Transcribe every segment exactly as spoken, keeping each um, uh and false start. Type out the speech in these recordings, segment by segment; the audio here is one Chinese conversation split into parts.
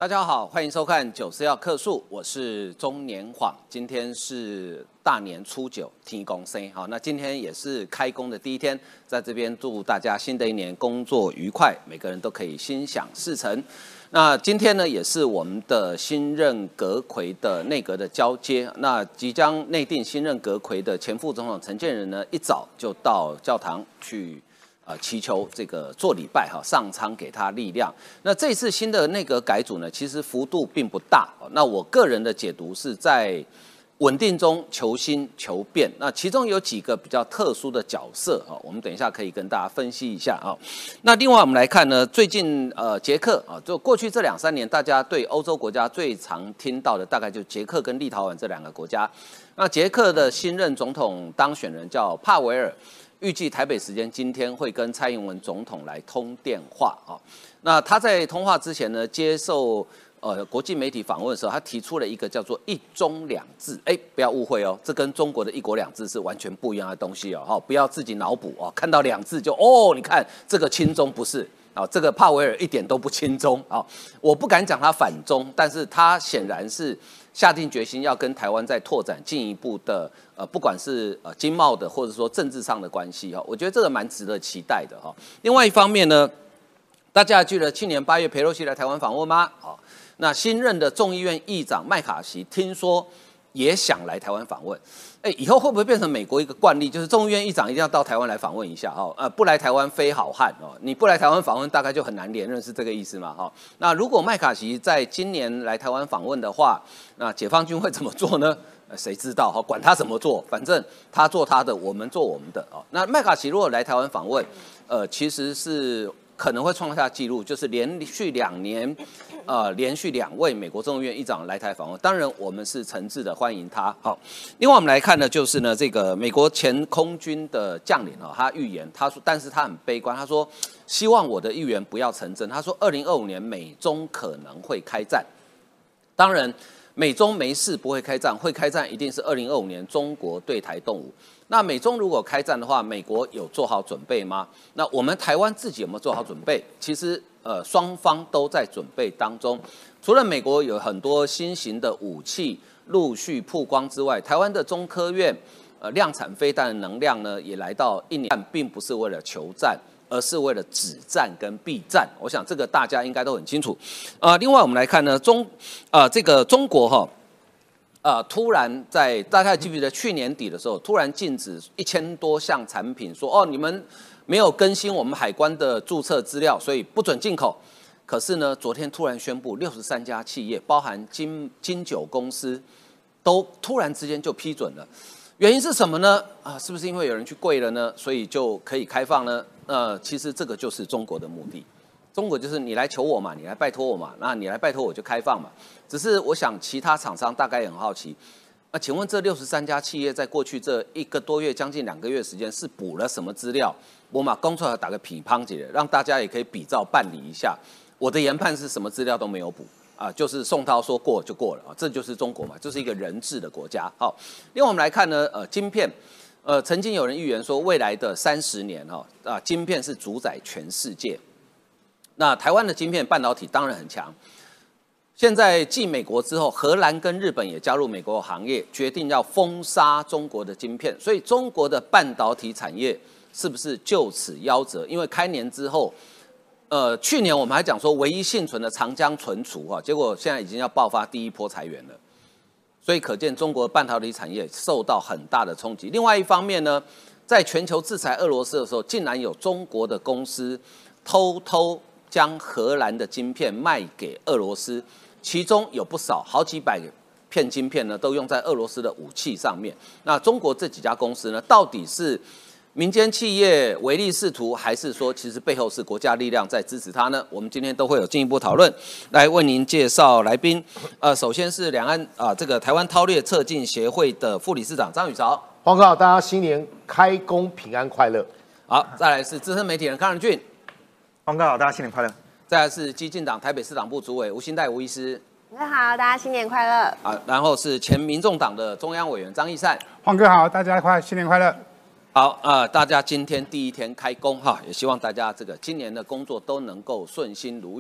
大家好，欢迎收看《九四要客诉》，我是中年晃。今天是大年初九，天公生。好，那今天也是开工的第一天，在这边祝大家新的一年工作愉快，每个人都可以心想事成。那今天呢，也是我们的新任阁揆的内阁的交接。那即将内定新任阁揆的前副总统陈建仁呢，一早就到教堂去。呃，祈求这个做礼拜哈，上苍给他力量。那这次新的内阁改组呢，其实幅度并不大。那我个人的解读是在稳定中求新求变。那其中有几个比较特殊的角色啊，我们等一下可以跟大家分析一下啊。那另外我们来看呢，最近呃捷克啊，就过去这两三年，大家对欧洲国家最常听到的大概就捷克跟立陶宛这两个国家。那捷克的新任总统当选人叫帕维尔。预计台北时间今天会跟蔡英文总统来通电话啊。那他在通话之前呢，接受呃国际媒体访问的时候，他提出了一个叫做“一中两制”。哎，不要误会哦，这跟中国的一国两制是完全不一样的东西哦。哈，不要自己脑补哦，看到两制就哦，你看这个亲中不是啊？这个帕维尔一点都不亲中啊。我不敢讲他反中，但是他显然是下定决心要跟台湾再拓展进一步的。呃，不管是呃经贸的，或者说政治上的关系哈，我觉得这个蛮值得期待的哈。另外一方面呢，大家还记得去年八月裴洛西来台湾访问吗？好，那新任的众议院议长麦卡锡听说也想来台湾访问。哎，以后会不会变成美国一个惯例，就是众议院议长一定要到台湾来访问一下哈？呃，不来台湾非好汉哦，你不来台湾访问，大概就很难连任，是这个意思嘛？哈，那如果麦卡锡在今年来台湾访问的话，那解放军会怎么做呢？谁知道哈？管他怎么做，反正他做他的，我们做我们的啊。那麦卡锡如果来台湾访问，呃，其实是可能会创下纪录，就是连续两年，呃，连续两位美国众议院议长来台访问。当然，我们是诚挚的欢迎他。好，另外我们来看呢，就是呢，这个美国前空军的将领啊，他预言，他说，但是他很悲观，他说希望我的预言不要成真。他说，二零二五年美中可能会开战。当然。美中没事不会开战，会开战一定是二零二五年中国对台动武。那美中如果开战的话，美国有做好准备吗？那我们台湾自己有没有做好准备？其实，呃，双方都在准备当中。除了美国有很多新型的武器陆续曝光之外，台湾的中科院呃量产飞弹的能量呢，也来到一年，并不是为了求战。而是为了止战跟避战，我想这个大家应该都很清楚。呃，另外我们来看呢，中呃这个中国哈，呃突然在大家记不记得去年底的时候，突然禁止一千多项产品，说哦你们没有更新我们海关的注册资料，所以不准进口。可是呢，昨天突然宣布，六十三家企业，包含金金酒公司，都突然之间就批准了。原因是什么呢？啊，是不是因为有人去跪了呢？所以就可以开放呢？呃，其实这个就是中国的目的。中国就是你来求我嘛，你来拜托我嘛，那你来拜托我就开放嘛。只是我想其他厂商大概也很好奇，那请问这六十三家企业在过去这一个多月、将近两个月时间是补了什么资料？我把公出来打个匹乓姐，让大家也可以比照办理一下。我的研判是什么资料都没有补。啊，就是宋涛说过就过了啊，这就是中国嘛，就是一个人治的国家。好，另外我们来看呢，呃，晶片，呃，曾经有人预言说，未来的三十年哈啊，晶片是主宰全世界。那台湾的晶片半导体当然很强，现在继美国之后，荷兰跟日本也加入美国行业，决定要封杀中国的晶片，所以中国的半导体产业是不是就此夭折？因为开年之后。呃，去年我们还讲说唯一幸存的长江存储哈，结果现在已经要爆发第一波裁员了，所以可见中国半导体产业受到很大的冲击。另外一方面呢，在全球制裁俄罗斯的时候，竟然有中国的公司偷偷将荷兰的晶片卖给俄罗斯，其中有不少好几百片晶片呢，都用在俄罗斯的武器上面。那中国这几家公司呢，到底是？民间企业唯利是图，还是说其实背后是国家力量在支持它呢？我们今天都会有进一步讨论，来为您介绍来宾。呃，首先是两岸啊、呃，这个台湾韬略策进协会的副理事长张宇韶， 黄哥好，大家新年开工平安快乐。 好，再来是资深媒体人康仁俊， 黄哥好，大家新年快乐。 再来是基进党台北市党部主委吴欣岱吴医师， 大家好，大家新年快乐。 啊，然后是前民众党的中央委员张义善， 黄哥好，大家快新年快乐。 好啊、呃，大家今天第一天开工哈，也希望大家这个今年的工作都能够顺心如意。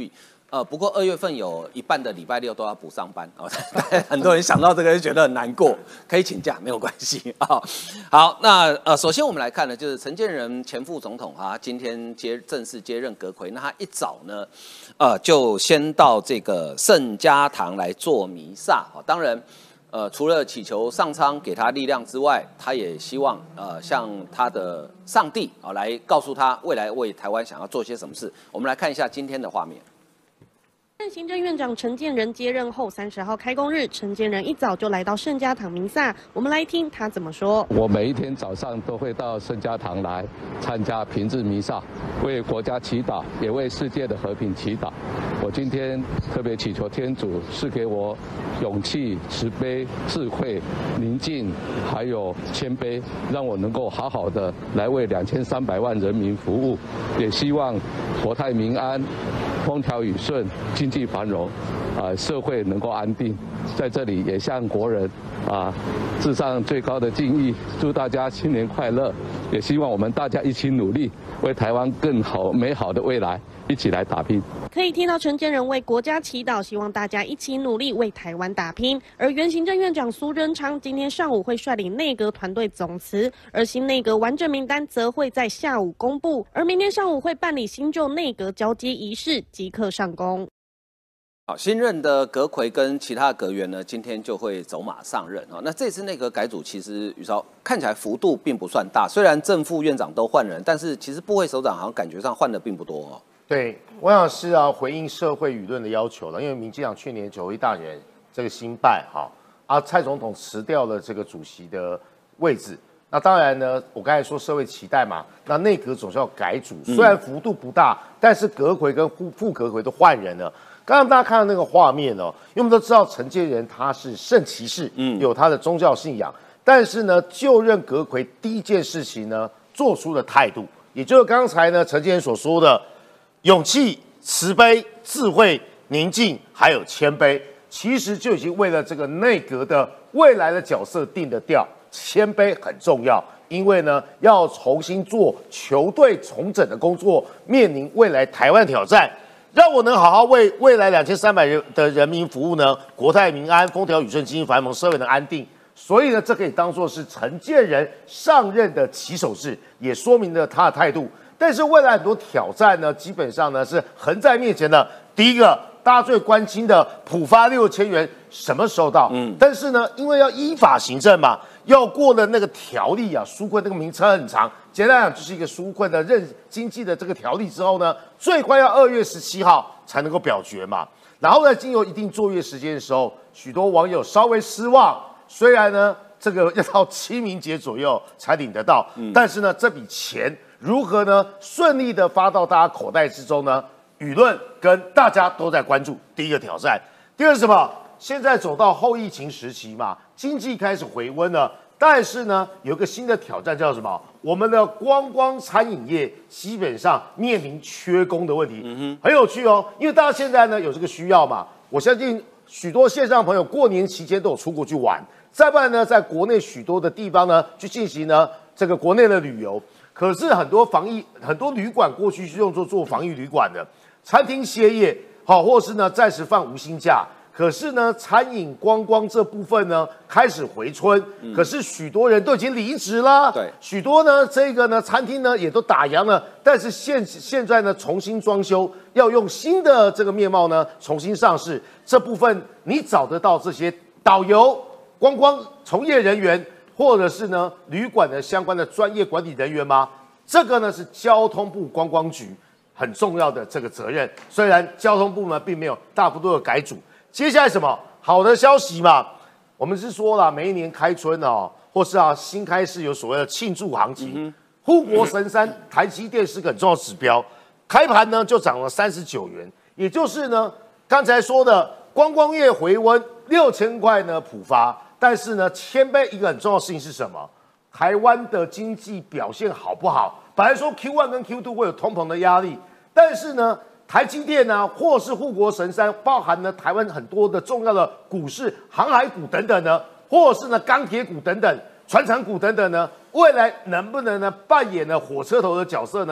呃，不过二月份有一半的礼拜六都要补上班哦，很多人想到这个就觉得很难过，可以请假没有关系啊、哦。好，那呃，首先我们来看呢，就是陈建仁前副总统啊，今天接正式接任阁揆，那他一早呢，呃，就先到这个圣家堂来做弥撒啊、哦，当然。呃，除了祈求上苍给他力量之外，他也希望呃向他的上帝啊、哦、来告诉他未来为台湾想要做些什么事。我们来看一下今天的画面。 行政院长陈建仁接任后三十号开工日，陈建仁一早就来到圣家堂弥撒。我们来听他怎么说。 我每一天早上都会到圣家堂来参加平日弥撒，为国家祈祷，也为世界的和平祈祷。我今天特别祈求天主赐给我勇气、慈悲、智慧、宁静，还有谦卑，让我能够好好的来为两千三百万人民服务。也希望国泰民安，风调雨顺，经济繁荣，啊、呃，社会能够安定。在这里也向国人啊致上最高的敬意，祝大家新年快乐！也希望我们大家一起努力，为台湾更好美好的未来一起来打拼。 可以听到陈建仁为国家祈祷，希望大家一起努力为台湾打拼。而原行政院长苏贞昌今天上午会率领内阁团队总辞，而新内阁完整名单则会在下午公布，而明天上午会办理新旧内阁交接仪式，即刻上工。 好，新任的阁揆跟其他阁员呢，今天就会走马上任哦。那这次内阁改组，其实宇超看起来幅度并不算大，虽然正副院长都换人，但是其实部会首长好像感觉上换的并不多哦。 对，我想是要回应社会舆论的要求了，因为民进党去年九合一大选这个新败哈，啊，蔡总统辞掉了这个主席的位置。那当然呢，我刚才说社会期待嘛，那内阁总是要改组，虽然幅度不大，但是阁揆跟副副阁揆都换人了。刚刚大家看到那个画面哦，因为我们都知道陈建仁他是圣骑士，嗯，有他的宗教信仰，但是呢，就任阁揆第一件事情呢，做出了态度，也就是刚才呢陈建仁所说的勇气、慈悲、智慧、宁静，还有谦卑，其实就已经为了这个内阁的未来的角色定了调。谦卑很重要，因为呢，要重新做球队重整的工作，面临未来台湾挑战。让我能好好为未来两千三百人的人民服务呢，国泰民安，风调雨顺，经济繁荣，社会的安定。所以呢，这可以当作是陈建仁上任的起手式，也说明了他的态度。但是未来很多挑战呢，基本上呢是横在面前的。第一个，大家最关心的普发六千元什么时候到？嗯，但是呢，因为要依法行政嘛，要过的那个条例啊，纾困那个名称很长。简单讲，就是一个纾困的任经济的这个条例之后呢，最快要二月十七号才能够表决嘛。然后呢，经由一定作业时间的时候，许多网友稍微失望。虽然呢，这个要到清明节左右才领得到，嗯、但是呢，这笔钱如何呢顺利的发到大家口袋之中呢？舆论跟大家都在关注第一个挑战。第二是什么？现在走到后疫情时期嘛，经济开始回温了。但是呢，有一个新的挑战叫什么？我们的观光餐饮业基本上面临缺工的问题，嗯哼，很有趣哦。因为大家现在呢有这个需要嘛，我相信许多线上朋友过年期间都有出国去玩，再不然呢，在国内许多的地方呢去进行呢这个国内的旅游。可是很多防疫很多旅馆过去是用作做防疫旅馆的，餐厅歇业，好，或是呢暂时放无薪假。可是呢，餐饮观光这部分呢开始回春，嗯、可是许多人都已经离职了， 对， 许多呢这个呢餐厅呢也都打烊了，但是现现在呢重新装修，要用新的这个面貌呢重新上市，这部分你找得到这些导游、观光从业人员，或者是呢旅馆的相关的专业管理人员吗？这个呢是交通部观光局很重要的这个责任，虽然交通部呢并没有大幅度的改组。接下来什么好的消息嘛？我们是说了，每一年开春哦，或是啊新开市有所谓的庆祝行情，护国神山台积电是个很重要的指标，开盘呢就涨了三十九元，也就是呢刚才说的观光业回温六千块呢普发，但是呢谦卑一个很重要的事情是什么？台湾的经济表现好不好？本来说 Q 一 跟 Q 二 会有通膨的压力，但是呢。台积电呢、啊，或是护国神山，包含了台湾很多的重要的股市、航海股等等呢，或是呢钢铁股等等、传产股等等呢，未来能不能呢扮演呢火车头的角色呢？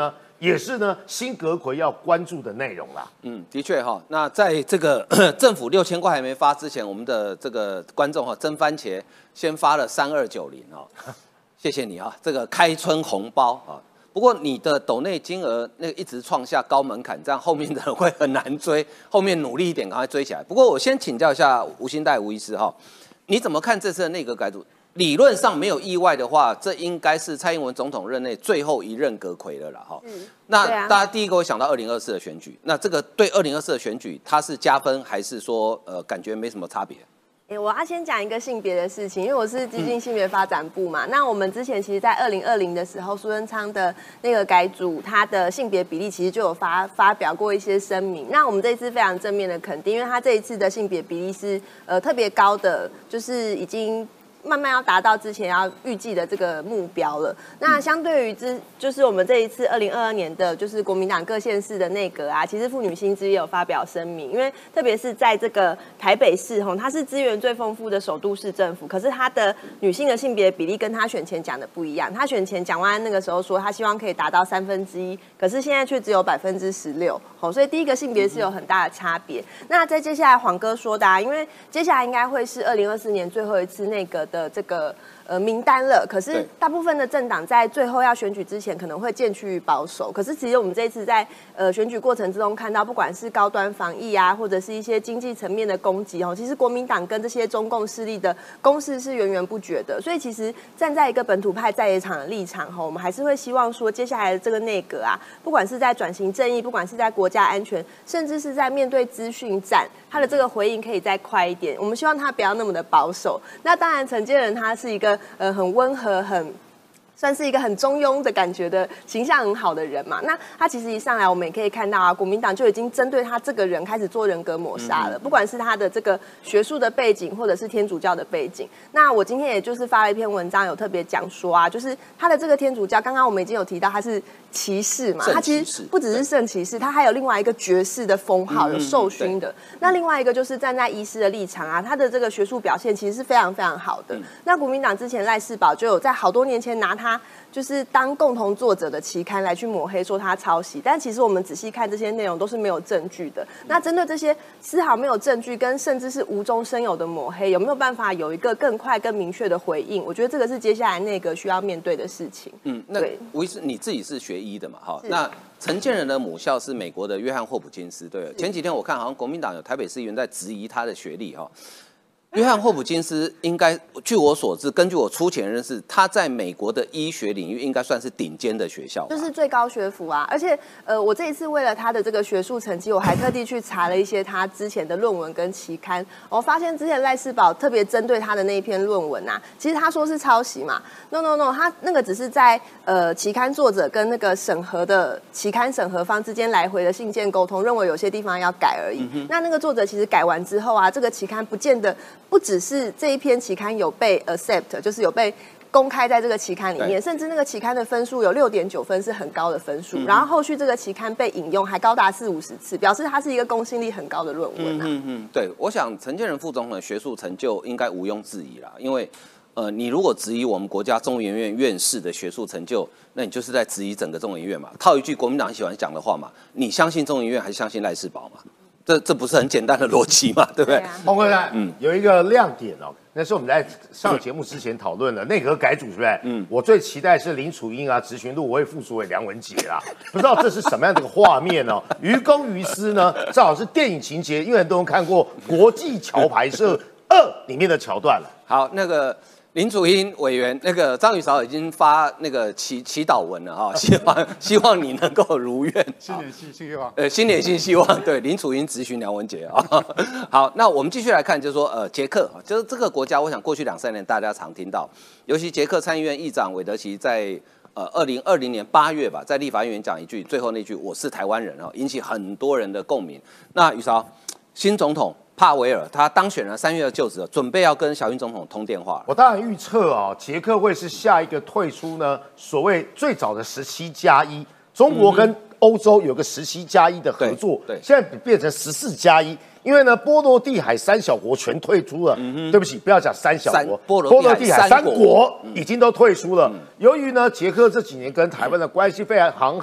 也是呢新阁揆要关注的内容啦。 嗯，的确哈。那在这个政府六千块还没发之前，我们的这个观众哈蒸番茄先发了三二九零哦，谢谢你啊，这个开春红包啊。不过你的抖内金额那个一直创下高门槛，这样后面的人会很难追，后面努力一点，赶快追起来。不过我先请教一下吴欣岱吴医师哈，你怎么看这次的内阁改组？理论上没有意外的话，这应该是蔡英文总统任内最后一任阁揆了啦哈。嗯，那大家第一个会想到二零二四的选举，那这个对二零二四的选举，它是加分还是说呃感觉没什么差别？ 欸、我要先讲一个性别的事情，因为我是基金性别发展部嘛。嗯、那我们之前其实，在二零二零的时候，苏贞昌的那个改组，他的性别比例其实就有发发表过一些声明。那我们这一次非常正面的肯定，因为他这一次的性别比例是呃特别高的，就是已经慢慢要达到之前要预计的这个目标了。那相对于之，就是我们这一次二零二二年的，就是国民党各县市的内阁啊，其实妇女新知也有发表声明，因为特别是在这个台北市吼，它是资源最丰富的首都市政府，可是它的女性的性别比例跟他选前讲的不一样。他选前蒋万安那个时候说，他希望可以达到三分之一，可是现在却只有百分之十六。吼，所以第一个性别是有很大的差别。那在接下来黄哥说的啊，因为接下来应该会是二零二四年最后一次内阁的这个呃名单了，可是大部分的政党在最后要选举之前可能会渐趋于保守。可是其实我们这一次在呃选举过程之中看到，不管是高端防疫啊，或者是一些经济层面的攻击哦，其实国民党跟这些中共势力的攻势是源源不绝的。所以其实站在一个本土派在野场的立场哈，我们还是会希望说，接下来的这个内阁啊，不管是在转型正义，不管是在国家安全，甚至是在面对资讯战，他的这个回应可以再快一点。我们希望他不要那么的保守。那当然，陈建仁他是一个呃很温和、很算是一个很中庸的感觉的形象很好的人嘛。那他其实一上来，我们也可以看到啊，国民党就已经针对他这个人开始做人格抹杀了，不管是他的这个学术的背景，或者是天主教的背景。那我今天也就是发了一篇文章，有特别讲说啊，就是他的这个天主教，刚刚我们已经有提到他是骑士嘛，他其实不只是圣骑士，他还有另外一个爵士的封号，有授勋的。那另外一个就是站在医师的立场啊，他的这个学术表现其实是非常非常好的。那国民党之前赖士葆就有在好多年前拿他就是当共同作者的期刊来去抹黑，说他抄袭，但其实我们仔细看这些内容都是没有证据的。那针对这些丝毫没有证据跟甚至是无中生有的抹黑，有没有办法有一个更快更明确的回应？我觉得这个是接下来内阁需要面对的事情。嗯， 那吴医师你自己是学医的嘛？哈，那陈建仁的母校是美国的约翰霍普金斯，对。前几天我看好像国民党有台北市议员在质疑他的学历哈。约翰霍普金斯应该，据我所知，根据我粗浅认识，他在美国的医学领域应该算是顶尖的学校， 就是最高学府啊。而且，呃，我这一次为了他的这个学术成绩，我还特地去查了一些他之前的论文跟期刊。我发现之前赖士葆特别针对他的那一篇论文啊，其实他说是抄袭嘛 ，no no no， 他那个只是在呃期刊作者跟那个审核的期刊审核方之间来回的信件沟通，认为有些地方要改而已。嗯、那那个作者其实改完之后啊，这个期刊不见得。不只是这一篇期刊有被 accept， 就是有被公开在这个期刊里面，甚至那个期刊的分数有六点九分，是很高的分数。嗯、然后后续这个期刊被引用还高达四五十次，表示它是一个公信力很高的论文啊。 嗯嗯，对，我想陈建仁副总统的学术成就应该毋庸置疑啦，因为呃，你如果质疑我们国家中研院院士的学术成就，那你就是在质疑整个中研院嘛。套一句国民党喜欢讲的话嘛，你相信中研院还是相信赖士葆嘛？这这不是很简单的逻辑嘛，对不对？ 黄哥呢，嗯，有一个亮点哦，那是我们在上节目之前讨论的内阁改组，是不是？嗯，我最期待是林楚英啊，质询陆委会副主委梁文杰啦，不知道这是什么样的一个画面哦？于公于私呢，正好是电影情节，因为很多人看过《国际桥牌社二》里面的桥段了。 好，那个。林楚英委员，那个张宇韶已经发那个祈祈祷文了哈，希望希望你能够如愿， 新年新希望， 呃，新年新希望，对，林楚英质询梁文杰啊。好，那我们继续来看，就是说，呃，捷克，就是这个国家，我想过去两三年大家常听到，尤其捷克参议院议长韦德奇在呃二零二零年八月吧，在立法院讲一句，最后那句我是台湾人啊，引起很多人的共鸣。那宇韶，新总统。帕维尔他当选了，三月就职，准备要跟小英总统通电话了。 我当然预测啊，捷克会是下一个退出呢，所谓最早的十七加一，中国跟欧洲有个十七加一的合作，对，现在变成十四加一。因为呢，波罗的海三小国全退出了。嗯、对不起，不要讲三小国，波罗的海三国已经都退出了。嗯、由于呢，捷克这几年跟台湾的关系非常很好。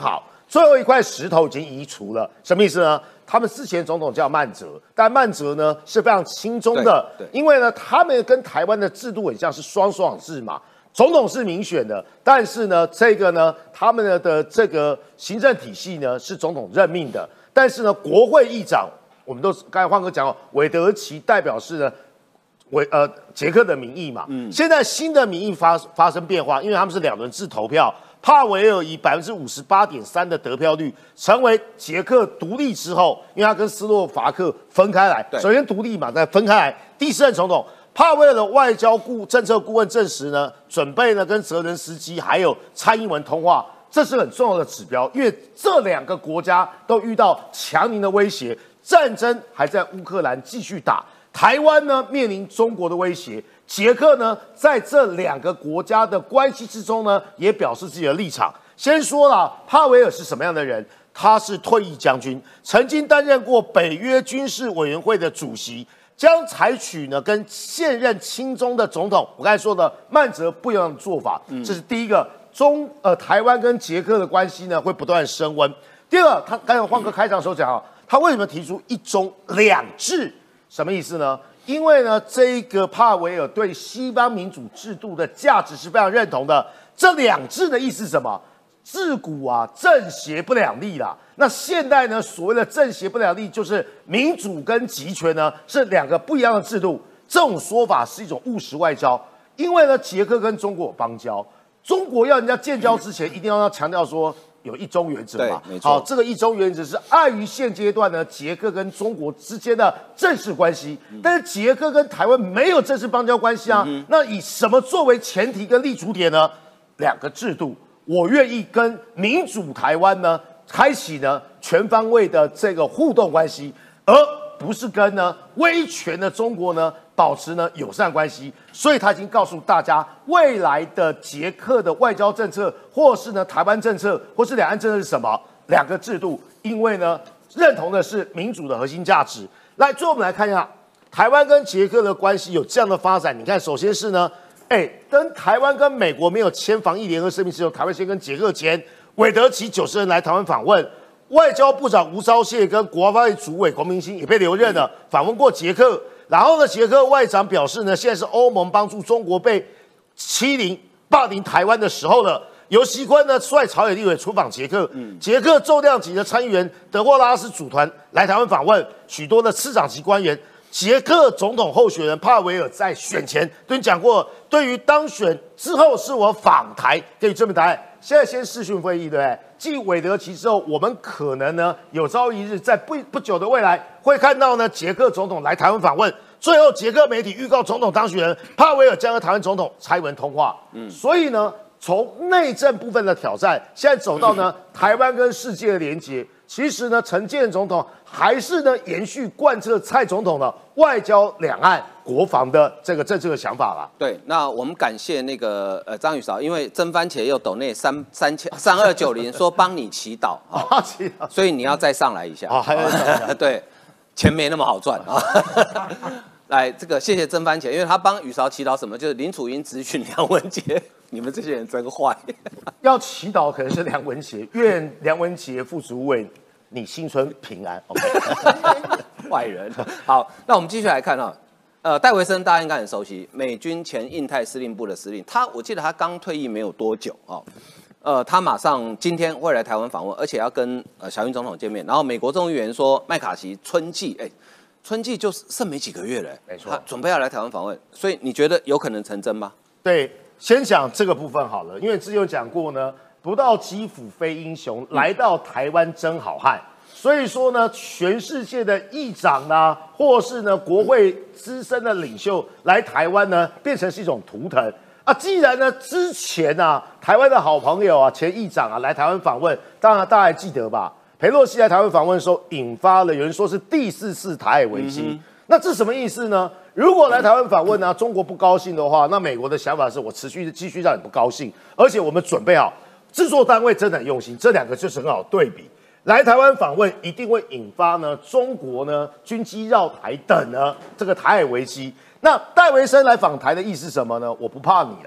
最后一块石头已经移除了，什么意思呢？他们之前总统叫曼哲，但曼哲呢是非常亲中的，因为呢他们跟台湾的制度很像，是双爽制嘛。总统是民选的，但是呢，这个呢，他们的这个行政体系呢是总统任命的，但是呢，国会议长我们都刚才焕哥讲过，韦德奇代表是呢，韦呃捷克的民意嘛，嗯，现在新的民意发发生变化，因为他们是两轮制投票。帕维尔以百分之五十八点三的得票率，成为捷克独立之后，因为他跟斯洛伐克分开来，首先独立嘛，再分开来，第四任总统。帕维尔的外交顾政策顾问证实呢，准备呢跟泽连斯基还有蔡英文通话，这是很重要的指标，因为这两个国家都遇到强硬的威胁，战争还在乌克兰继续打，台湾呢面临中国的威胁。捷克呢，在这两个国家的关系之中呢，也表示自己的立场。先说了，帕维尔是什么样的人？他是退役将军，曾经担任过北约军事委员会的主席，将采取呢跟现任亲中的总统，我刚才说的曼哲不一样的做法。嗯、这是第一个，中呃台湾跟捷克的关系呢会不断升温。第二个，他刚才焕哥开场的时候讲啊，他为什么提出一中两制？什么意思呢？因为呢，这个帕维尔对西方民主制度的价值是非常认同的。这两制的意思是什么？自古啊，正邪不两立啦。那现代呢，所谓的正邪不两立，就是民主跟集权呢是两个不一样的制度。这种说法是一种务实外交，因为呢，捷克跟中国有邦交，中国要人家建交之前，一定要要强调说。有一中原则嘛？好，这个一中原则是碍于现阶段呢，捷克跟中国之间的正式关系，但是捷克跟台湾没有正式邦交关系啊。嗯、那以什么作为前提跟立足点呢？两个制度，我愿意跟民主台湾呢开启呢全方位的这个互动关系，而不是跟呢威权的中国呢保持呢友善关系。所以他已经告诉大家，未来的捷克的外交政策，或是呢台湾政策，或是两岸政策是什么？两个制度，因为呢认同的是民主的核心价值。来，最后我们来看一下台湾跟捷克的关系有这样的发展。你看，首先是呢，哎，跟台湾跟美国没有签防疫联合声明之后，台湾先跟捷克签。韦德奇九十人来台湾访问。外交部长吴钊燮跟国防会主委龚明鑫也被留任了，访问过捷克。然后呢，捷克外长表示呢，现在是欧盟帮助中国被欺凌、霸凌台湾的时候了。尤锡坤呢率朝野立委出访捷克，捷克重量级的参议员德沃拉斯组团来台湾访问，许多的次长级官员。捷克总统候选人帕维尔在选前都讲过，对于当选之后是我访台给予正面答案。现在先视讯会议，对不对？继韦德奇之后，我们可能呢有朝一日在不不久的未来会看到呢捷克总统来台湾访问。最后，捷克媒体预告总统当选人帕维尔将和台湾总统蔡英文通话。嗯，所以呢，从内政部分的挑战，现在走到呢台湾跟世界的连结。其实呢，陈建仁总统还是呢延续贯彻蔡总统的外交、两岸、国防的这个政策的想法啦。 对，那我们感谢那个呃张宇韶，因为蒸番茄又抖内三三千三二九零说帮你祈祷啊，祈祷，所以你要再上来一下啊，还要再对，钱没那么好赚啊。来，这个谢谢蒸番茄，因为他帮宇韶祈祷什么，就是林楚英质询梁文杰。你们这些人真坏！ 要祈祷可能是梁文杰，愿梁文杰副主委你新春平安。OK， 坏人。好，那我们继续来看哈、哦，呃，戴维森大家应该很熟悉，美军前印太司令部的司令，他我记得他刚退役没有多久哦，呃，他马上今天会来台湾访问，而且要跟呃小英总统见面。然后美国众议员说麦卡锡春季，哎，春季就剩没几个月了， 没错， 他准备要来台湾访问，所以你觉得有可能成真吗？ 对。先讲这个部分好了，因为之前有讲过呢，不到基辅非英雄，来到台湾真好汉。所以说呢，全世界的议长啦、啊，或是呢国会资深的领袖来台湾呢，变成是一种图腾啊。既然呢之前啊，台湾的好朋友啊，前议长啊来台湾访问，当然大家还记得吧？裴洛西来台湾访问的时候，引发了有人说是第四次台海危机。嗯、那这什么意思呢？如果来台湾访问呢、啊，中国不高兴的话，那美国的想法是我持续继续让你不高兴，而且我们准备好，制作单位真的很用心，这两个就是很好对比。来台湾访问一定会引发呢中国呢军机绕台等呢这个台海危机。那戴维森来访台的意思是什么呢？我不怕你啦，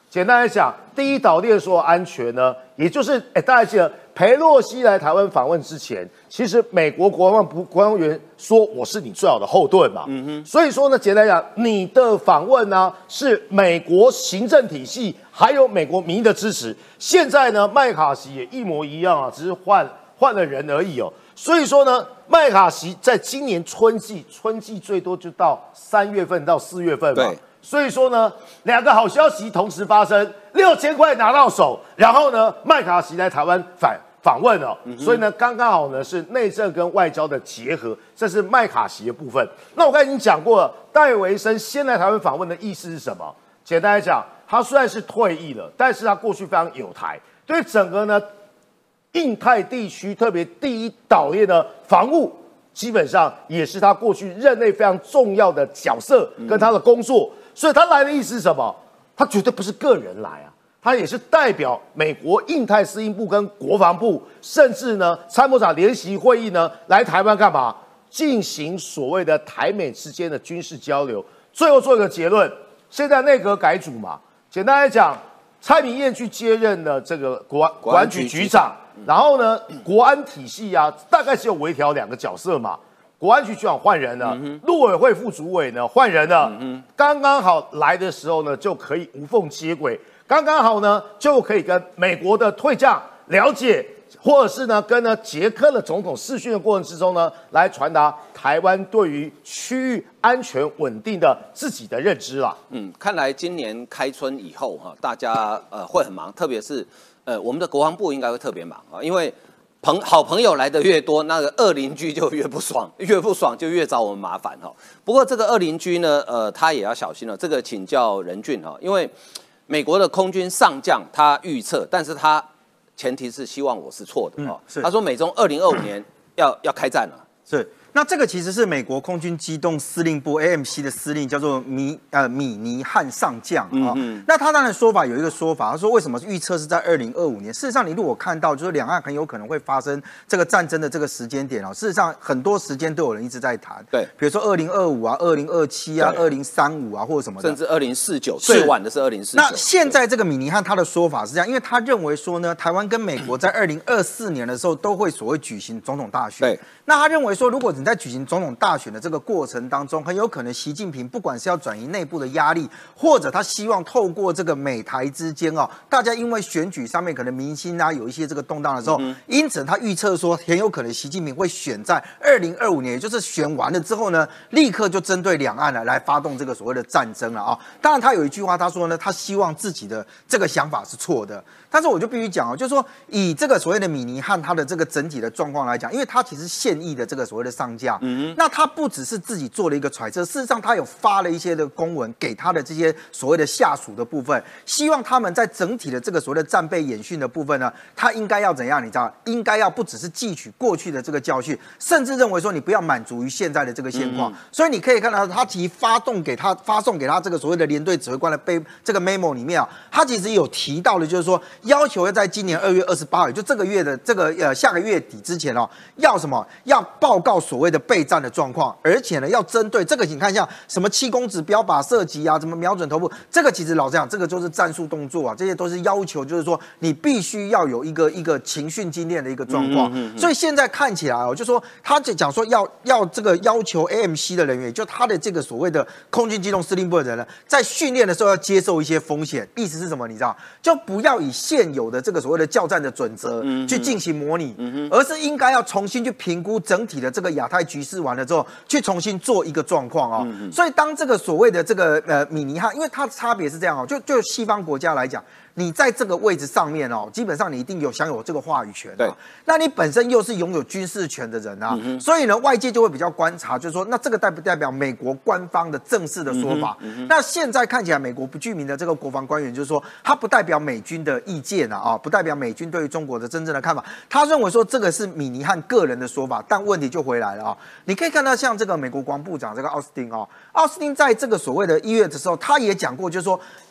简单来讲，第一岛链所有安全呢，也就是哎，大家记得裴洛西来台湾访问之前，其实美国国防部官员说我是你最好的后盾嘛。嗯哼。所以说呢，简单讲，你的访问呢是美国行政体系还有美国民意的支持。现在呢，麦卡锡也一模一样啊，只是换换了人而已哦。所以说呢，麦卡锡在今年春季，春季最多就到三月份到四月份嘛。对。所以说呢，两个好消息同时发生，六千块拿到手，然后呢，麦卡锡来台湾访访问哦，嗯、所以呢，刚刚好呢是内政跟外交的结合，这是麦卡锡的部分。那我刚才已经讲过了，戴维森先来台湾访问的意思是什么？简单来讲，他虽然是退役了，但是他过去非常有台，对整个呢印太地区，特别第一岛链的防务，基本上也是他过去任内非常重要的角色跟他的工作。嗯所以他来的意思是什么？他绝对不是个人来啊，他也是代表美国印太司令部跟国防部，甚至呢参谋长联席会议呢来台湾干嘛？进行所谓的台美之间的军事交流。最后做一个结论：现在内阁改组嘛，简单来讲，蔡明彦去接任了这个国安国安局局长，然后呢，国安体系啊，大概只有微调两个角色嘛。国安局局长换人了，陆委会副主委呢换人了，刚刚好来的时候呢就可以无缝接轨，刚刚好呢就可以跟美国的退将了解，或者是呢跟呢捷克的总统视讯的过程之中呢，来传达台湾对于区域安全稳定的自己的认知啦。 嗯，看来今年开春以后哈，大家呃会很忙，特别是呃我们的国防部应该会特别忙啊，因为。朋好朋友来的越多，那个恶邻居就越不爽，越不爽就越找我们麻烦哈。不过这个恶邻居呢，呃，他也要小心了。这个请教任俊哈，因为美国的空军上将他预测，但是他前提是希望我是错的哈。嗯、他说美中二零二五年要要开战了。 是。那这个其实是美国空军机动司令部 A M C 的司令，叫做米呃米尼汉上将啊。嗯嗯那他当然说法有一个说法，他说为什么预测是在二零二五年？事实上，你如果看到就是两岸很有可能会发生这个战争的这个时间点哦，事实上很多时间都有人一直在谈。对，比如说二零二五啊、二零二七啊、二零三五啊，或者什么的， 甚至二零四九，最晚的是二零四九。 那现在这个米尼汉他的说法是这样，因为他认为说呢，台湾跟美国在二零二四年的时候都会所谓举行总统大选。对，那他认为说，如果你在举行总统大选的这个过程当中，很有可能习近平不管是要转移内部的压力，或者他希望透过这个美台之间哦，大家因为选举上面可能民心啊有一些这个动荡的时候，嗯、因此他预测说很有可能习近平会选在二零二五年，也就是选完了之后呢，立刻就针对两岸呢来发动这个所谓的战争了啊、哦。当然他有一句话他说呢，他希望自己的这个想法是错的，但是我就必须讲哦，就是说以这个所谓的米尼汉他的这个整体的状况来讲，因为他其实现役的这个所谓的上将，嗯，那他不只是自己做了一个揣测，事实上他有发了一些的公文给他的这些所谓的下属的部分，希望他们在整体的这个所谓的战备演训的部分呢，他应该要怎样？你知道，应该要不只是汲取过去的这个教训，甚至认为说你不要满足于现在的这个现况。嗯、所以你可以看到，他其实发动给他发送给他这个所谓的连队指挥官的背这个 memo 里面啊，他其实有提到的，就是说要求要在今年二月二十八号，也就这个月的这个呃下个月底之前哦，要什么？要报告所谓的备战的状况，而且呢，要针对这个，你看一下什么七公指标靶射击啊，什么瞄准头部，这个其实老实讲，这个就是战术动作啊，这些都是要求，就是说你必须要有一个一个情训精练的一个状况。嗯嗯嗯、所以现在看起来哦，就说他就讲说要要这个要求 A M C 的人员，就他的这个所谓的空军机动司令部的人呢，在训练的时候要接受一些风险。意思是什么？你知道，就不要以现有的这个所谓的教战的准则去进行模拟，嗯、而是应该要重新去评估整体的这个亚太局势完了之后，去重新做一个状况啊。嗯、所以当这个所谓的这个呃米尼汉，因为它的差别是这样哦，就就西方国家来讲。你在这个位置上面哦，基本上你一定有享有这个话语权、啊。对，那你本身又是拥有军事权的人啊，嗯、所以呢，外界就会比较观察，就是说，那这个代不代表美国官方的正式的说法？嗯嗯、那现在看起来，美国不具名的这个国防官员就是说，他不代表美军的意见啊，啊，不代表美军对于中国的真正的看法。他认为说这个是米尼汉个人的说法，但问题就回来了啊！你可以看到，像这个美国国防部长这个奥斯汀啊，奥斯汀在这个所谓的一月的时候，他也讲过，就是说。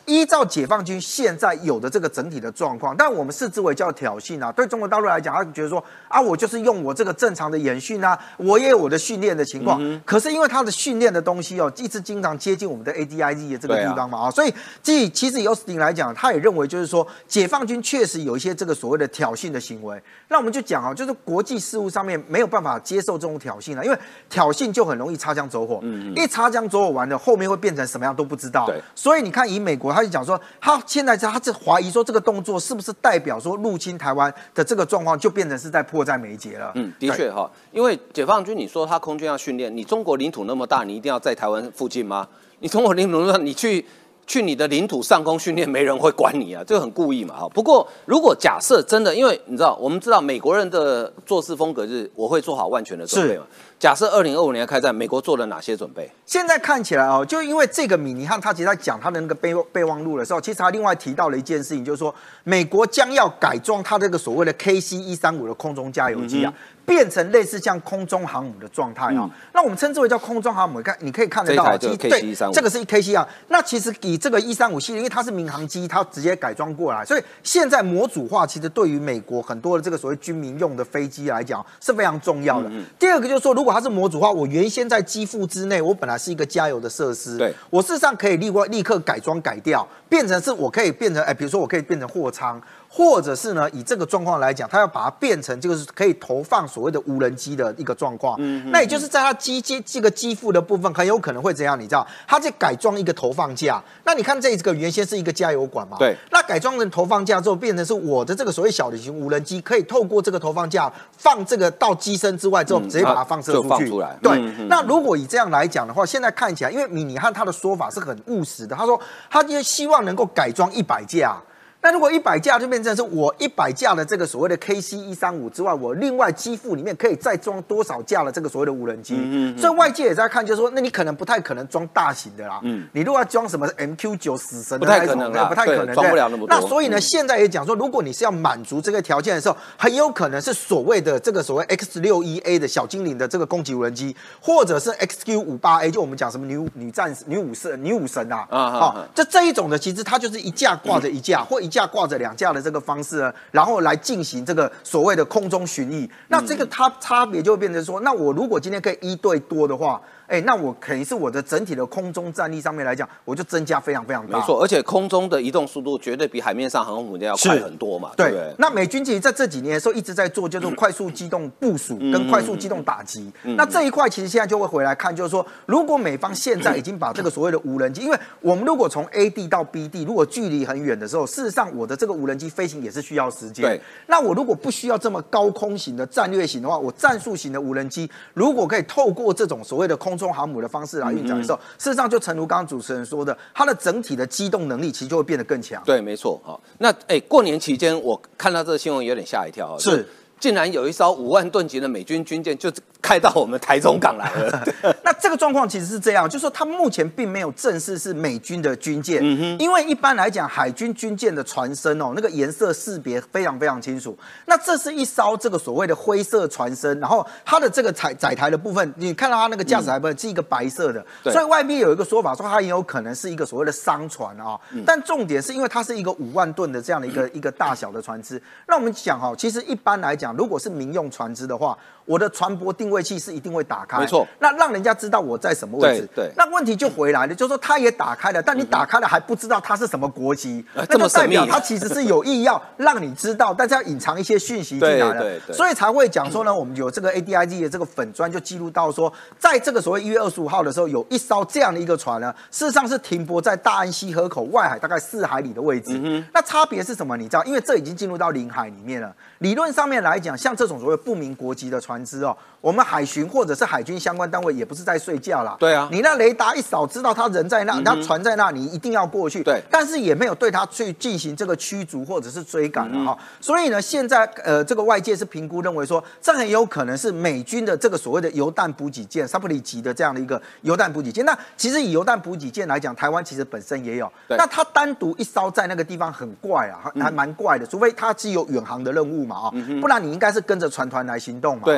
依照解放军现在有的这个整体的状况，但我们视之为叫挑衅啊。对中国大陆来讲，他觉得说啊，我就是用我这个正常的演训啊，我也有我的训练的情况。嗯、可是因为他的训练的东西哦，一直经常接近我们的 A D I Z 的这个地方嘛啊，所以即其实以奥斯汀来讲，他也认为就是说，解放军确实有一些这个所谓的挑衅的行为。那我们就讲啊，就是国际事务上面没有办法接受这种挑衅了，因为挑衅就很容易擦枪走火。嗯，一擦枪走火完了，后面会变成什么样都不知道。对，所以你看，以美国。他就讲说，他现在他是怀疑说这个动作是不是代表说入侵台湾的这个状况就变成是在迫在眉睫了。 嗯，的确哈，因为解放军你说他空军要训练，你中国领土那么大，你一定要在台湾附近吗？你中国领土那么大，你去去你的领土上空训练，没人会管你啊，这个很故意嘛哈。不过如果假设真的，因为你知道，我们知道美国人的做事风格是我会做好万全的准备嘛。假设二零二五年开战，美国做了哪些准备？ 现在看起来哦，就因为这个米尼汉他其实在讲他的那个备备忘录的时候，其实他另外提到了一件事情，就是说美国将要改装他这个所谓的 K C 一三五的空中加油机啊。嗯，变成类似像空中航母的状态啊，嗯、那我们称之为叫空中航母。看，你可以看得到， 其实对， 这个是 K C 啊。那其实以这个一三五系列，因为它是民航机，它直接改装过来，所以现在模组化其实对于美国很多的这个所谓军民用的飞机来讲是非常重要的。嗯、第二个就是说，如果它是模组化，我原先在机腹之内，我本来是一个加油的设施，对，我事实上可以立立刻改装改掉，变成是我可以变成，哎，比如说我可以变成货舱。或者是呢，以这个状况来讲，它要把它变成就是可以投放所谓的无人机的一个状况。嗯，那也就是在它机机这个机腹的部分，很有可能会怎样？你知道，它就改装一个投放架。那你看这个原先是一个加油管嘛？对。那改装成投放架之后，变成是我的这个所谓小型无人机，可以透过这个投放架放这个到机身之外之后，直接把它放射出去。 就放出来。 对。嗯、那如果以这样来讲的话，现在看起来，因为米尼汉他的说法是很务实的，他说他就希望能够改装一百架。那如果一百架就变成是我一百架的这个所谓的 K C 一三五之外，我另外机腹里面可以再装多少架的这个所谓的无人机？嗯嗯、所以外界也在看，就是说，那你可能不太可能装大型的啦。嗯，你如果要装什么 M Q 九死神的那种，不太可能， 装不了那么多。 那所以呢，现在也讲说，如果你是要满足这个条件的时候，很有可能是所谓的这个所谓 X 六一 A 的小精灵的这个攻击无人机，或者是 X Q 五八 A， 就我们讲什么女女战士、女武神、女武神啊，啊，好、啊，这这一种的，其实它就是一架挂着一架，嗯、或一架挂着两架。的这个方式呢，然后来进行这个所谓的空中巡弋，那这个它差别就会变成说，那我如果今天可以一对多的话，哎，那我肯定是我的整体的空中战力上面来讲，我就增加非常非常大。 没错，而且空中的移动速度绝对比海面上航空母舰要快很多嘛，对不对？ 那美军其实在这几年的时候一直在做，就是快速机动部署跟快速机动打击。嗯、那这一块其实现在就会回来看，就是说，如果美方现在已经把这个所谓的无人机，因为我们如果从 A 地到 B 地，如果距离很远的时候，事实上我的这个无人机飞行也是需要时间。对。那我如果不需要这么高空型的战略型的话，我战术型的无人机，如果可以透过这种所谓的空中航母的方式来运转的时候，嗯、事实上就诚如刚刚主持人说的，它的整体的机动能力其实就会变得更强。 对，没错。好，那哎，过年期间我看到这个新闻有点吓一跳啊，是竟然有一艘五万吨级的美军军舰就开到我们台中港来了。 那这个状况其实是这样，就是说它目前并没有正式是美军的军舰，嗯、因为一般来讲海军军舰的船身哦，那个颜色识别非常非常清楚。那这是一艘这个所谓的灰色船身，然后它的这个载载台的部分，你看到它那个驾驶台部分是一个白色的，嗯、所以外面有一个说法说它也有可能是一个所谓的商船啊、哦。嗯、但重点是因为它是一个五万吨的这样的一个、嗯、一个大小的船只。那我们讲哈、哦，其实一般来讲，如果是民用船只的话，我的船舶定位器是一定会打开， 没错。 那让人家知道我在什么位置。 对。对那问题就回来了，就是说它也打开了，但你打开了还不知道它是什么国籍， 嗯、 那就代表它其实是有意要让你知道，但是要隐藏一些讯息进来了。 对对对。 所以才会讲说呢，我们有这个 A D I Z 的这个粉专就记录到说，在这个所谓一月二十五号的时候，有一艘这样的一个船呢，事实上是停泊在大安溪河口外海大概四海里的位置。嗯、那差别是什么？你知道，因为这已经进入到领海里面了。理论上面来讲，像这种所谓不明国籍的船只哦，我们海巡或者是海军相关单位也不是在睡觉啦。 对啊， 你那雷达一扫，知道他人在那，他、嗯、船在那，你一定要过去。 对， 但是也没有对他去进行这个驱逐或者是追赶了哈。嗯、所以呢，现在呃，这个外界是评估认为说，这很有可能是美军的这个所谓的油弹补给舰 Supply 级的这样的一个油弹补给舰。那其实以油弹补给舰来讲，台湾其实本身也有。那它单独一艘在那个地方很怪啊，还蛮怪的，除非它是有远航的任务嘛啊，嗯、不然你应该是跟着船团来行动嘛。 对，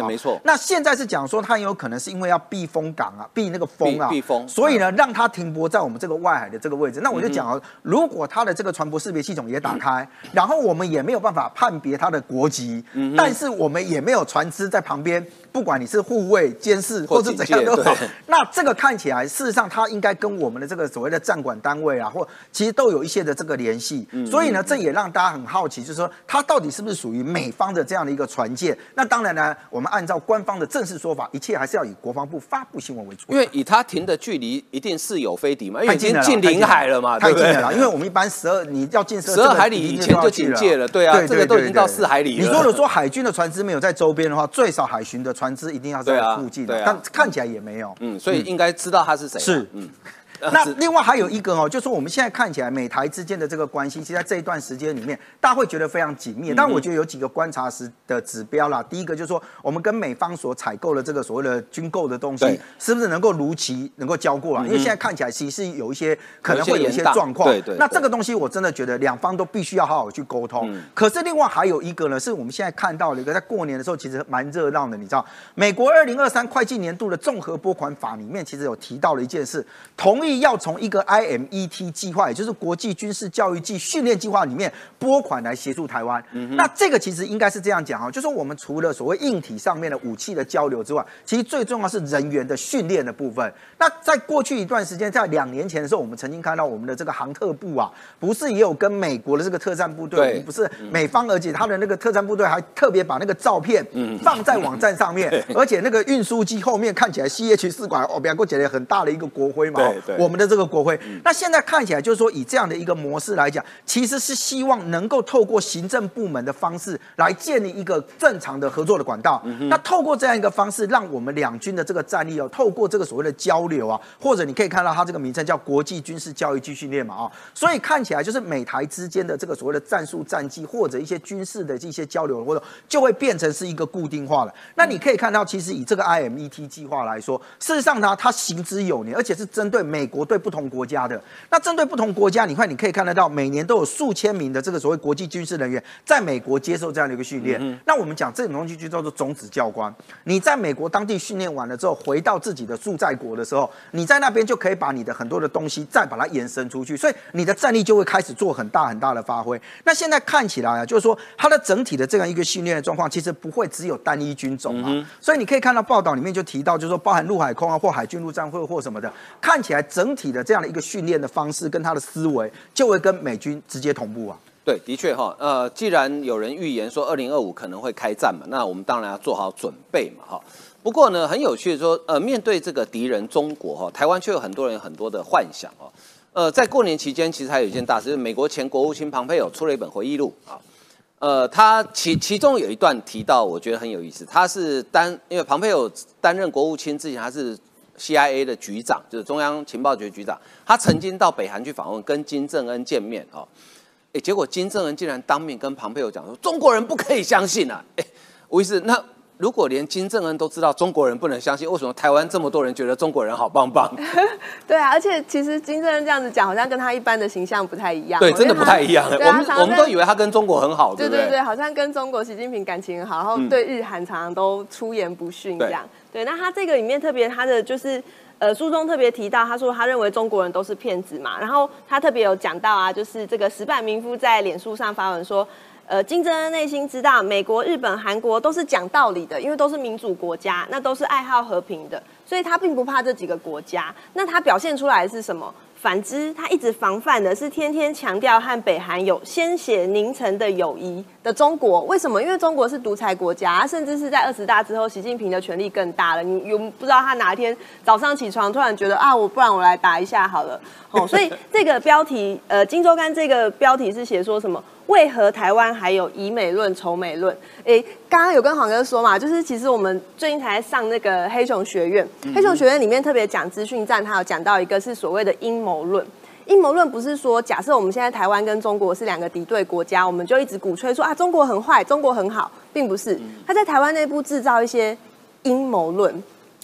没错。 那现在是讲说它有可能是因为要避风港啊，避那个风啊， 避风， 所以呢让它停泊在我们这个外海的这个位置。那我就讲啊，如果它的这个船舶识别系统也打开，然后我们也没有办法判别它的国籍，但是我们也没有船只在旁边，不管你是护卫、监视或是怎样都好，那这个看起来事实上它应该跟我们的这个所谓的站管单位啊，或其实都有一些的这个联系。所以呢，这也让大家很好奇，就是说它到底是不是属于美方的这样的一个船舰？那当然呢，我们按照官方的正式说法，一切还是要以国防部发布新闻为主。 因为以它停的距离一定是有非敌嘛，因为已经近领海了嘛， 太近了啦。因为我们一般十二你要进十二海里以前就警戒了，对啊，这个都已经到四海里了。 你说的说海军的船只没有在周边的话，最少海巡的船只一定要在附近，但看起来也没有。 嗯，所以应该知道他是谁。 是，嗯。那另外还有一个哦，就是说我们现在看起来美台之间的这个关系，其实在这一段时间里面，大家会觉得非常紧密。但我觉得有几个观察时的指标啦。第一个就是说，我们跟美方所采购的这个所谓的军购的东西，是不是能够如期能够交过来？因为现在看起来其实是有一些可能会有一些状况。 对对。 那这个东西我真的觉得两方都必须要好好去沟通。可是另外还有一个呢，是我们现在看到的一个，在过年的时候其实蛮热闹的，你知道，美国二零二三会计年度的综合拨款法里面，其实有提到了一件事，同意要从一个 I M E T 计划，也就是国际军事教育暨训练计划里面拨款来协助台湾。嗯、那这个其实应该是这样讲哈，就是我们除了所谓硬体上面的武器的交流之外，其实最重要是人员的训练的部分。那在过去一段时间，在两年前的时候，我们曾经看到我们的这个航特部啊，不是也有跟美国的这个特战部队，不是美方，而且他的那个特战部队还特别把那个照片放在网站上面，而且那个运输机后面看起来 C H 四管哦，比方过起来很大的一个国徽嘛，我们的这个国徽。那现在看起来就是说，以这样的一个模式来讲，其实是希望能够透过行政部门的方式来建立一个正常的合作的管道。嗯、那透过这样一个方式，让我们两军的这个战力哦，透过这个所谓的交流啊，或者你可以看到它这个名称叫国际军事教育暨训练嘛啊、哦，所以看起来就是美台之间的这个所谓的战术战绩或者一些军事的这些交流活动，就会变成是一个固定化了。那你可以看到，其实以这个 I M E T 计划来说，事实上呢，它行之有年，而且是针对美国对不同国家的。那针对不同国家，你看你可以看得到，每年都有数千名的这个所谓国际军事人员在美国接受这样的一个训练。嗯、那我们讲这种东西就叫做种子教官。你在美国当地训练完了之后，回到自己的驻在国的时候，你在那边就可以把你的很多的东西再把它延伸出去，所以你的战力就会开始做很大很大的发挥。那现在看起来啊，就是说它的整体的这样一个训练的状况，其实不会只有单一军种啊。嗯、所以你可以看到报道里面就提到，就是说包含陆海空啊，或海军陆战会或什么的，看起来整体的这样的一个训练的方式跟他的思维，就会跟美军直接同步啊。 对，的确哈，呃，既然有人预言说二零二五可能会开战嘛，那我们当然要做好准备嘛，哈。不过呢，很有趣的说，呃，面对这个敌人中国哈，台湾却有很多人很多的幻想哦。呃，在过年期间，其实还有一件大事，就是美国前国务卿庞培友出了一本回忆录啊。呃，他其其中有一段提到，我觉得很有意思。他是担，因为庞培友担任国务卿之前，他是 C I A 的局长，就是中央情报局局长。他曾经到北韩去访问，跟金正恩见面哦。哎，结果金正恩竟然当面跟庞培友讲说，中国人不可以相信啊！哎，我意思，那如果连金正恩都知道中国人不能相信，为什么台湾这么多人觉得中国人好棒棒？ 对啊，而且其实金正恩这样子讲，好像跟他一般的形象不太一样。 对，真的不太一样。我们我们都以为他跟中国很好，对不对？ 对对对，好像跟中国习近平感情很好，然后对日韩常常都出言不逊这样。对，那他这个里面特别他的就是。呃，书中特别提到，他说他认为中国人都是骗子嘛，然后他特别有讲到啊，就是这个石坂民夫在脸书上发文说，呃，金正恩内心知道美国、日本、韩国都是讲道理的，因为都是民主国家，那都是爱好和平的，所以他并不怕这几个国家。那他表现出来的是什么？反之，他一直防范的是天天强调和北韩有鲜血凝成的友谊的中国。为什么？因为中国是独裁国家，甚至是在二十大之后，习近平的权力更大了。你有不知道他哪一天早上起床突然觉得啊，我不然我来打一下好了。哦，所以这个标题，呃，《金周刊》这个标题是写说什么？为何台湾还有以美论、仇美论？诶，刚刚有跟黄哥说嘛，就是其实我们最近才上那个黑熊学院，嗯、黑熊学院里面特别讲资讯战，他有讲到一个是所谓的阴谋论。阴谋论不是说假设我们现在台湾跟中国是两个敌对国家，我们就一直鼓吹说啊中国很坏，中国很好，并不是。他在台湾内部制造一些阴谋论。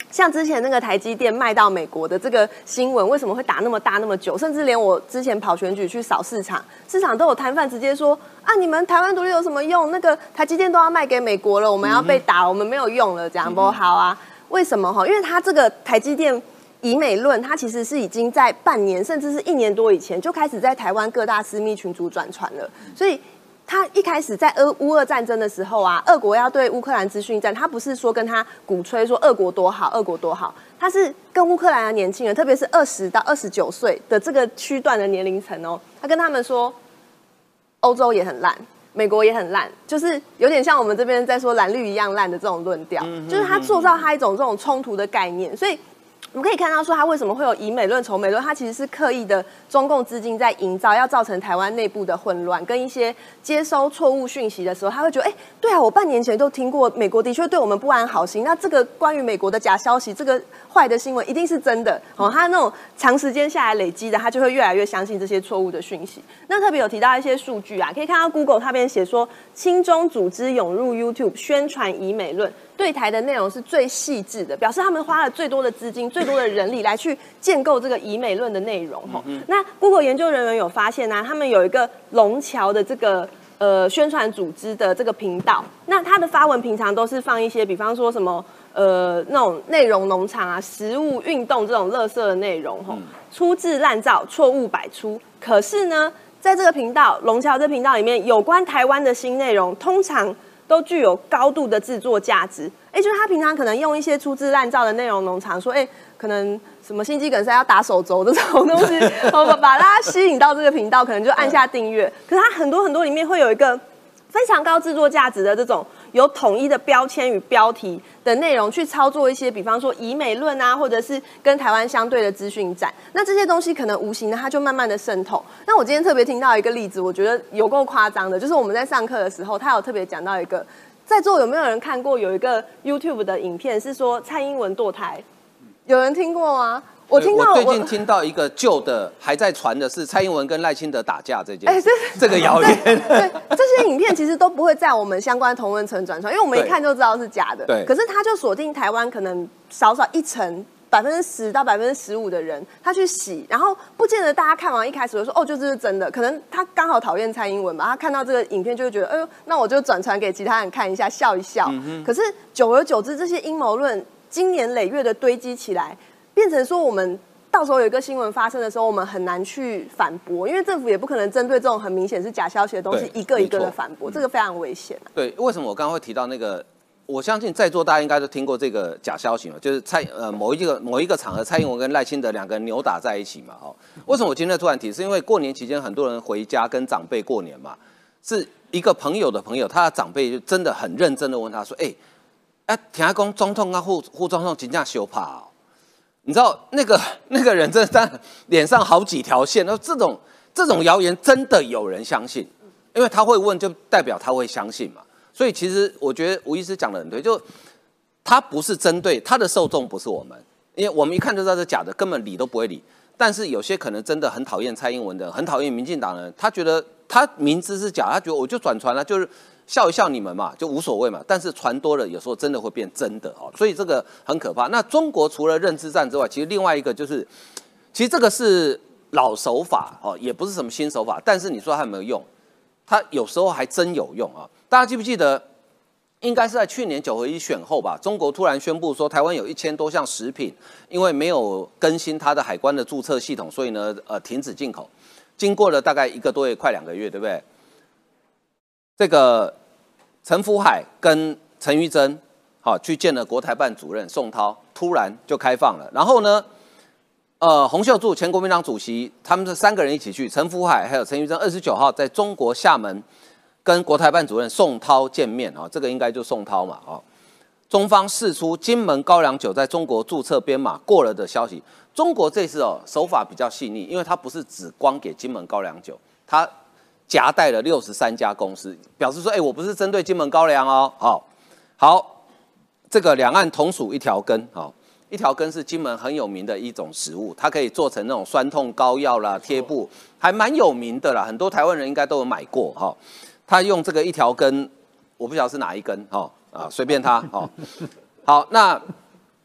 像之前那个台积电卖到美国的这个新闻，为什么会打那么大那么久？甚至连我之前跑选举去扫市场，市场都有摊贩直接说啊，你们台湾独立有什么用？那个台积电都要卖给美国了，我们要被打，我们没有用了，这样不好啊？为什么哈？因为它这个台积电以美论，它其实是已经在半年甚至是一年多以前就开始在台湾各大私密群组转传了，所以。他一开始在俄乌俄战争的时候啊，俄国要对乌克兰资讯战，他不是说跟他鼓吹说俄国多好，俄国多好，他是跟乌克兰的年轻人，特别是二十到二十九岁的这个区段的年龄层哦，他跟他们说，欧洲也很烂，美国也很烂，就是有点像我们这边在说蓝绿一样烂的这种论调，嗯、就是他塑造他一种这种冲突的概念，所以。我们可以看到说，他为什么会有以美论、仇美论？他其实是刻意的中共资金在营造，要造成台湾内部的混乱，跟一些接收错误讯息的时候，他会觉得，哎、欸，对啊，我半年前都听过，美国的确对我们不安好心，那这个关于美国的假消息，这个坏的新闻一定是真的。哦，他那种长时间下来累积的，他就会越来越相信这些错误的讯息。那特别有提到一些数据啊，可以看到 Google 那边写说，亲中组织涌入 YouTube 宣传以美论。对台的内容是最细致的，表示他们花了最多的资金、最多的人力来去建构这个以美论的内容。嗯、那 Google 研究人员有发现呢、啊，他们有一个龙桥的这个呃宣传组织的这个频道，那他的发文平常都是放一些，比方说什么呃那种内容农场啊、食物、运动这种垃圾的内容，吼、嗯，粗制滥造、错误百出。可是呢，在这个频道龙桥这频道里面，有关台湾的新内容，通常都具有高度的制作价值，哎，就是他平常可能用一些粗制滥造的内容农场，说，哎，可能什么心肌梗塞要打手肘这种东西，把把大家吸引到这个频道，可能就按下订阅。可是他很多很多里面会有一个非常高制作价值的这种有统一的标签与标题的内容去操作一些，比方说以美论啊，或者是跟台湾相对的资讯战，那这些东西可能无形的它就慢慢的渗透。那我今天特别听到一个例子，我觉得有够夸张的，就是我们在上课的时候，他有特别讲到一个，在座有没有人看过有一个 YouTube 的影片，是说蔡英文堕胎？有人听过吗？我听到我最近听到一个旧的还在传的是蔡英文跟赖清德打架这件事， 哎、 这个谣言。 对，对这些影片其实都不会在我们相关同温层转传，因为我们一看就知道是假的。 对。 可是他就锁定台湾可能少少一成百分之十到百分之十五的人，他去洗，然后不见得大家看完一开始会说哦，就这是真的，可能他刚好讨厌蔡英文吧，他看到这个影片就会觉得，哎呦，那我就转传给其他人看一下，笑一笑。嗯、可是久而久之，这些阴谋论经年累月的堆积起来，变成说我们。到时候有一个新闻发生的时候，我们很难去反驳，因为政府也不可能针对这种很明显是假消息的东西一个一个的反驳，这个非常危险、啊。 对，为什么我刚刚会提到那个？我相信在座大家应该都听过这个假消息嘛，就是蔡呃某一个某一个场合，蔡英文跟赖清德两个人扭打在一起嘛。哦，为什么我今天突然提？是因为过年期间很多人回家跟长辈过年嘛，是一个朋友的朋友，他的长辈就真的很认真的问他说：“哎、欸，啊，听讲总统啊副副总统真正相拍哦。”你知道那个那个人真的脸上好几条线，这种这种谣言真的有人相信，因为他会问，就代表他会相信嘛。所以其实我觉得吴医师讲的很对，就他不是针对他的受众，不是我们，因为我们一看就知道是假的，根本理都不会理。但是有些可能真的很讨厌蔡英文的，很讨厌民进党的人，他觉得他明知是假，他觉得我就转传了，就是笑一笑你们嘛，就无所谓嘛。但是传多了，有时候真的会变真的哦，所以这个很可怕。那中国除了认知战之外，其实另外一个就是，其实这个是老手法哦，也不是什么新手法。但是你说它有没有用？它有时候还真有用啊。大家记不记得？应该是在去年九合一选后吧，中国突然宣布说，台湾有一千多项食品，因为没有更新它的海关的注册系统，所以呢，呃，停止进口。经过了大概一个多月，快两个月，对不对？这个陈福海跟陈玉珍，好去见了国台办主任宋涛，突然就开放了。然后呢，呃，洪秀柱前国民党主席，他们这三个人一起去，陈福海还有陈玉珍，二十九号在中国厦门跟国台办主任宋涛见面啊，这个应该就宋涛嘛啊。中方释出金门高粱酒在中国注册编码过了的消息。中国这次哦手法比较细腻，因为它不是只光给金门高粱酒，它夹带了六十三家公司，表示说，哎、欸，我不是针对金门高粱哦。好，好，这个两岸同属一条根，好，一条根是金门很有名的一种食物，它可以做成那种酸痛膏药啦、贴布，还蛮有名的啦，很多台湾人应该都有买过哈。他用这个一条根，我不晓得是哪一根哈啊，随便他哈。好，那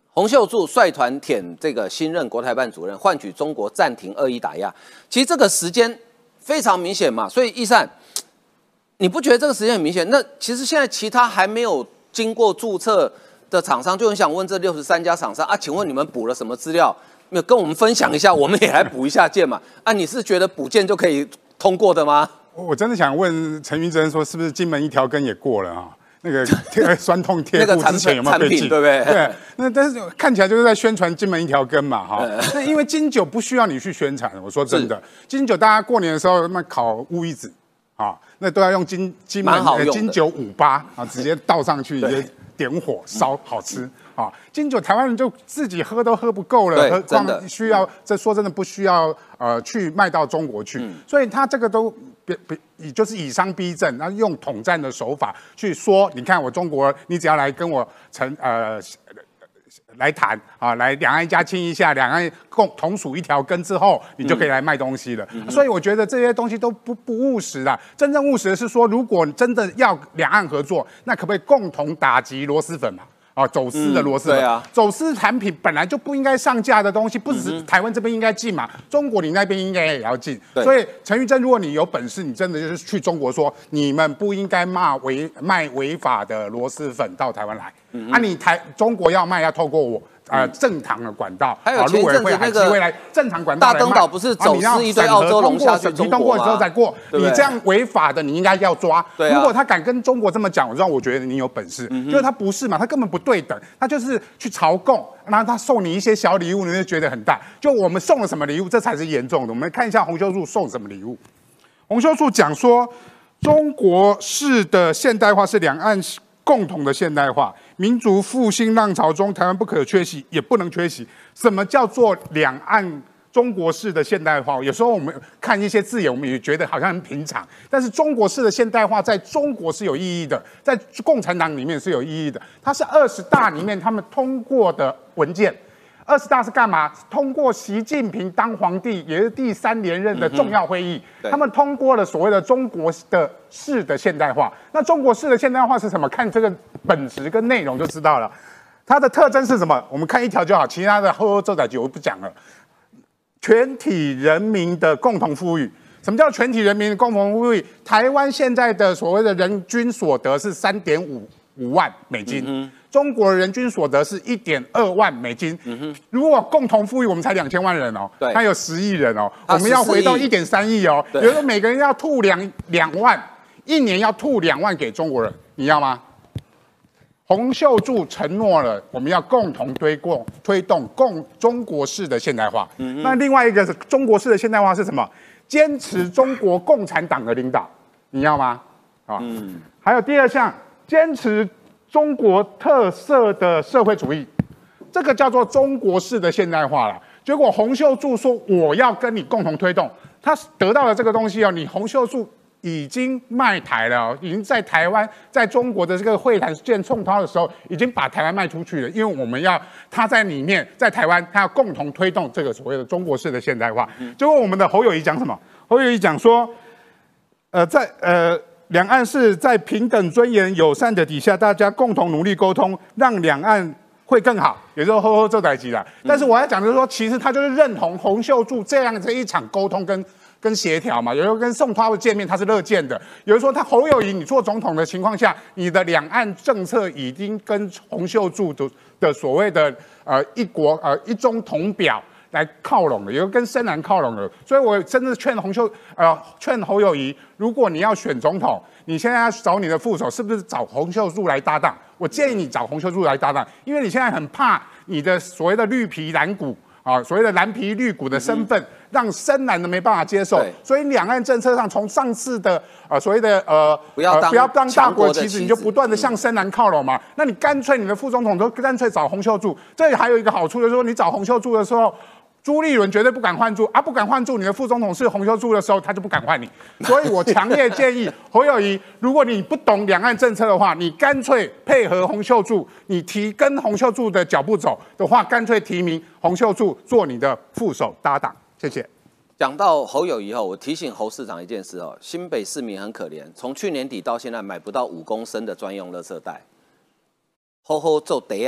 洪秀柱率团舔这个新任国台办主任，换取中国暂停恶意打压。其实这个时间非常明显嘛，所以易善，你不觉得这个时间很明显？那其实现在其他还没有经过注册的厂商，就很想问这六十三家厂商啊，请问你们补了什么资料？没有跟我们分享一下，我们也来补一下件嘛。啊，你是觉得补件就可以通过的吗？ 我真的想问陈云珍说，是不是金门一条根也过了啊？那个酸痛贴布之前有没有被禁？ 对不对？ 对，那但是看起来就是在宣传金门一条根嘛，哈。那因为金九不需要你去宣传，我说真的，金九大家过年的时候那烤乌鱼子啊，那都要用金金门金九五八啊，直接倒上去，直接点火烧，好吃啊。金九台湾人就自己喝都喝不够了，何况需要这说真的不需要呃去卖到中国去，所以他这个都。以就是以商逼政，然后用统战的手法去说，你看我中国，你只要来跟我成呃来谈啊，来两岸一家亲一下，两岸共同属一条根之后，你就可以来卖东西了。嗯、所以我觉得这些东西都不不务实的。真正务实的是说，如果真的要两岸合作，那可不可以共同打击螺蛳粉嘛？啊，走私的螺蛳粉、嗯啊，走私产品本来就不应该上架的东西，不只是台湾这边应该禁嘛，嗯、中国你那边应该也要禁。所以陈玉珍，如果你有本事，你真的就是去中国说，你们不应该骂违卖违法的螺蛳粉到台湾来，嗯、啊，你台中国要卖要透过我。呃，正常的管道， 还有前阵子那个未来正常管道， 大登岛不是走私一堆澳洲龙虾去中国吗？ 通过之后再过，你这样违法的，你应该要抓。如果他敢跟中国这么讲，我知道，我觉得你有本事。就是他不是嘛，他根本不对等，他就是去朝贡，然后他送你一些小礼物，你就觉得很大。就我们送了什么礼物，这才是严重的。我们看一下洪秀柱送什么礼物。洪秀柱讲说，中国式的现代化是两岸共同的现代化。民族复兴浪潮中，台湾不可缺席，也不能缺席。什么叫做两岸中国式的现代化？有时候我们看一些字眼，我们也觉得好像很平常。但是中国式的现代化在中国是有意义的，在共产党里面是有意义的。它是二十大里面他们通过的文件。二十大是干嘛？通过习近平当皇帝，也是第三连任的重要会议，嗯、他们通过了所谓的中国的式的现代化。那中国式的现代化是什么？看这个本质跟内容就知道了。它的特征是什么？我们看一条就好，其他的后后周载句我不讲了。全体人民的共同富裕。什么叫全体人民的共同富裕？台湾现在的所谓的人均所得是三点五五万美金。嗯中国人均所得是一点二万美金，嗯、如果共同富裕，我们才两千万人哦，它有十亿人哦，我们要回到一点三亿哦，也就是说每个人要吐两两万，一年要吐两万给中国人，你要吗？洪秀柱承诺了，我们要共同推共推动共中国式的现代化。嗯、那另外一个是中国式的现代化是什么？坚持中国共产党的领导，你要吗？啊、嗯，还有第二项，坚持。中国特色的社会主义，这个叫做中国式的现代化了。结果洪秀柱说我要跟你共同推动，他得到了这个东西哦。你洪秀柱已经卖台了、哦，已经在台湾在中国的这个会谈见宋涛的时候，已经把台湾卖出去了。因为我们要他在里面，在台湾，他要共同推动这个所谓的中国式的现代化。嗯、结果我们的侯友宜讲什么？侯友宜讲说，呃，在呃。两岸是在平等、尊严、友善的底下，大家共同努力沟通，让两岸会更好。也就是后后这代机了。但是我要讲的是说，其实他就是认同洪秀柱这样这一场沟通跟跟协调嘛。有时候跟宋涛的见面，他是乐见的。有人说他侯友宜，你做总统的情况下，你的两岸政策已经跟洪秀柱的的所谓的呃一国呃一中同表。来靠拢了，也跟深蓝靠拢了，所以我真的劝洪秀，呃，劝侯友宜，如果你要选总统，你现在要找你的副手，是不是找洪秀柱来搭档？我建议你找洪秀柱来搭档，因为你现在很怕你的所谓的绿皮蓝骨啊，所谓的蓝皮绿骨的身份，嗯、让深蓝的没办法接受，所以两岸政策上，从上次的呃所谓的呃不要当不要当大国棋子，你就不断的向深蓝靠拢嘛。嗯、那你干脆你的副总统都干脆找洪秀柱，这里还有一个好处就是说，你找洪秀柱的时候。朱立伦绝对不敢换柱啊！不敢换柱，你的副总统是洪秀柱的时候，他就不敢换你。所以我强烈建议侯友宜，如果你不懂两岸政策的话，你干脆配合洪秀柱，你提跟洪秀柱的脚步走的话，干脆提名洪秀柱做你的副手搭档。谢谢。 讲到侯友宜后，我提醒侯市长一件事哦，新北市民很可怜，从去年底到现在买不到五公升的专用垃圾袋。吼吼做得啊！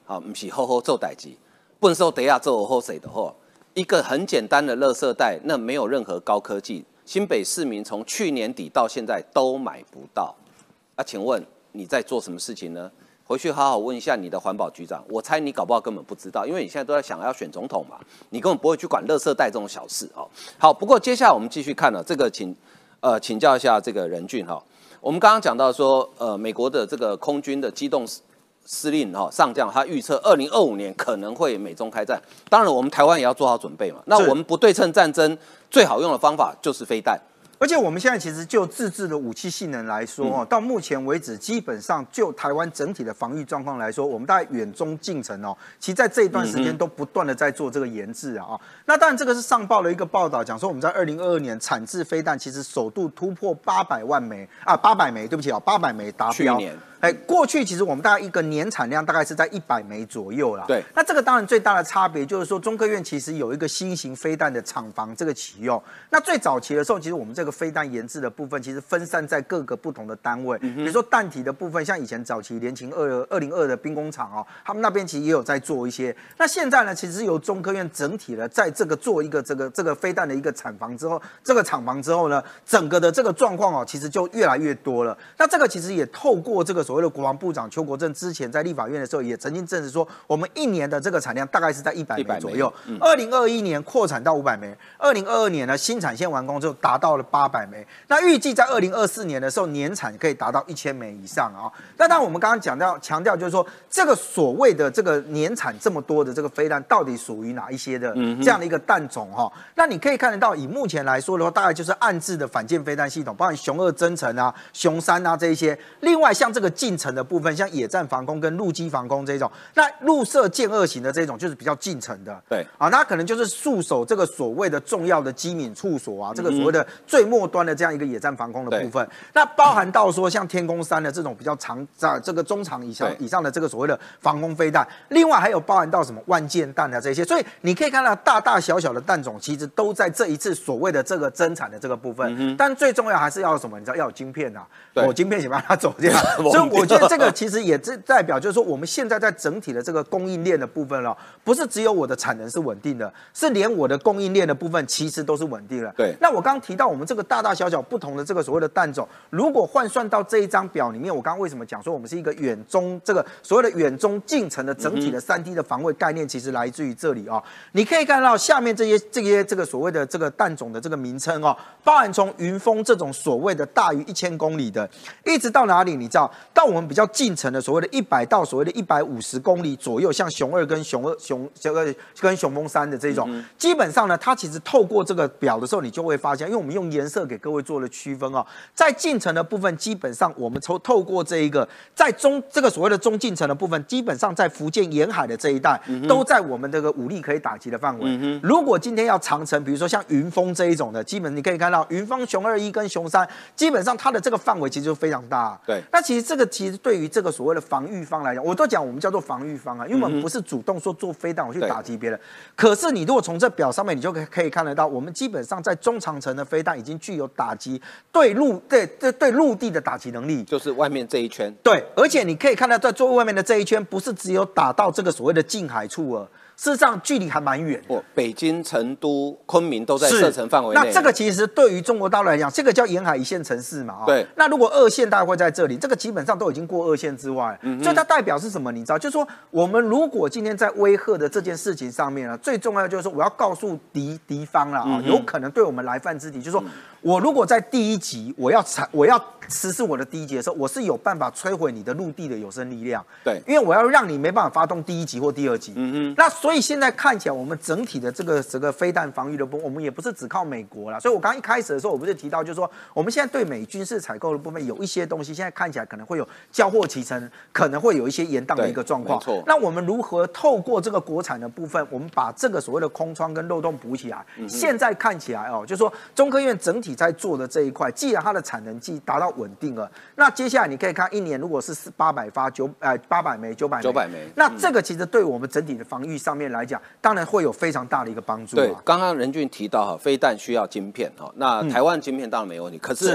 好，不是好好做代志，笨手底下做好势的话，一个很简单的垃圾袋，那没有任何高科技，新北市民从去年底到现在都买不到。啊，请问你在做什么事情呢？回去好好问一下你的环保局长，我猜你搞不好根本不知道，因为你现在都在想要选总统嘛，你根本不会去管垃圾袋这种小事哦。好，不过接下来我们继续看了、哦、这个请呃请教一下这个任俊哈、哦，我们刚刚讲到说呃美国的这个空军的机动司令哈、哦、上将，他预测二零二五年可能会美中开战，当然我们台湾也要做好准备嘛。那我们不对称战争最好用的方法就是飞弹。 而且我们现在其实就自制的武器性能来说，哦，到目前为止，基本上就台湾整体的防御状况来说，我们大概远中近程哦，其实在这一段时间都不断的在做这个研制啊。那当然，这个是上报的一个报道，讲说我们在二零二二年产制飞弹，其实首度突破八百万枚啊，八百枚，对不起啊，八百枚达标。 去年。 哎，过去其实我们大概一个年产量大概是在一百枚左右啦。 对， 那这个当然最大的差别就是说，中科院其实有一个新型飞弹的厂房这个启用。那最早期的时候，其实我们这个飞弹研制的部分，其实分散在各个不同的单位，嗯、比如说弹体的部分，像以前早期联勤二二零二的兵工厂哦，他们那边其实也有在做一些。那现在呢，其实由中科院整体的在这个做一个这个这个飞弹的一个产房之后，这个厂房之后呢，整个的这个状况哦，其实就越来越多了。那这个其实也透过这个所谓的国防部长邱国正之前在立法院的时候也曾经证实说，我们一年的这个产量大概是在一百枚左右。二零二一年扩产到五百枚，二零二二年呢新产线完工之后达到了八百枚。那预计在二零二四年的时候年产可以达到一千枚以上啊。那当然我们刚刚讲到强调就是说，这个所谓的这个年产这么多的这个飞弹到底属于哪一些的这样的一个弹种哈？那你可以看得到，以目前来说的话，大概就是暗制的反舰飞弹系统，包含雄二增程啊、雄三啊这一些。另外像这个近程的部分，像野战防空跟陆基防空这种，那陆射舰二型的这种就是比较近程的， 对啊，那可能就是戍守这个所谓的重要的机敏处所啊，这个所谓的最末端的这样一个野战防空的部分。那包含到说像天宫三的这种比较长在这个中长以上以上的这个所谓的防空飞弹，另外还有包含到什么万箭弹啊这些，所以你可以看到大大小小的弹种其实都在这一次所谓的这个增产的这个部分。嗯、但最重要还是要什么？你知道要有晶片啊，我晶片想办法走这样，所以我觉得这个其实也代表就是说，我们现在在整体的这个供应链的部分了，不是只有我的产能是稳定的，是连我的供应链的部分其实都是稳定的。 对。 那我刚刚提到我们这个大大小小不同的这个所谓的弹种，如果换算到这一张表里面，我刚刚为什么讲说我们是一个远中这个所谓的远中近程的整体的三 D 的防卫概念，其实来自于这里哦。你可以看到下面这些这些这个所谓的这个弹种的这个名称哦，包含从云峰这种所谓的大于一千公里的，一直到哪里？你知道，到我们比较近程的所谓的一百到所谓的一百五十公里左右，像雄二跟雄二雄这个跟雄风三的这种，嗯、基本上呢，它其实透过这个表的时候，你就会发现，因为我们用颜色给各位做了区分哦，在近程的部分，基本上我们透透过这一个在中这个所谓的中近程的部分，基本上在福建沿海的这一带，嗯、都在我们这个武力可以打击的范围。嗯、如果今天要长程，比如说像云峰这一种的，基本你可以看到云峰雄二一跟雄三，基本上它的这个范围其实就非常大。 对， 那其实这个其实对于这个所谓的防御方来讲，我都讲我们叫做防御方啊，因为我们不是主动说做飞弹我去打击别人。可是你如果从这表上面，你就可以看得到，我们基本上在中长程的飞弹已经具有打击对陆对对对陆地的打击能力， 就是外面这一圈。 对，而且你可以看到，在最外面的这一圈，不是只有打到这个所谓的近海处了。事实上，距离还蛮远的。 北京、成都、昆明都在射程范围内。 那这个其实对于中国大陆来讲，这个叫沿海一线城市嘛。 对。 那如果二线大概会在这里，这个基本上都已经过二线之外。嗯。所以它代表是什么？你知道，就是说，我们如果今天在威吓的这件事情上面呢，最重要就是说，我要告诉敌敌方了啊，嗯、有可能对我们来犯之敌，就是说。嗯我如果在第一级，我要产我要实施我的第一级的时候，我是有办法摧毁你的陆地的有生力量。 对， 因为我要让你没办法发动第一级或第二级。嗯哼。那所以现在看起来，我们整体的这个这个飞弹防御的部分，我们也不是只靠美国啦。所以我刚一开始的时候，我不是提到，就是说我们现在对美军事采购的部分有一些东西，现在看起来可能会有交货期程，可能会有一些延宕的一个状况。 没错。 那我们如何透过这个国产的部分，我们把这个所谓的空窗跟漏洞补起来？嗯、现在看起来哦，就是说中科院整体在做的这一。既然它的产能既达到稳定了，那接下来你可以看一年如果是八百发九呃八百枚九百枚九百枚， 那这个其实对我们整体的防御上面来讲，当然会有非常大的一个帮助、啊。 对，刚刚任俊提到哈，飞弹需要晶片哈，那台湾晶片当然没问题，嗯、可是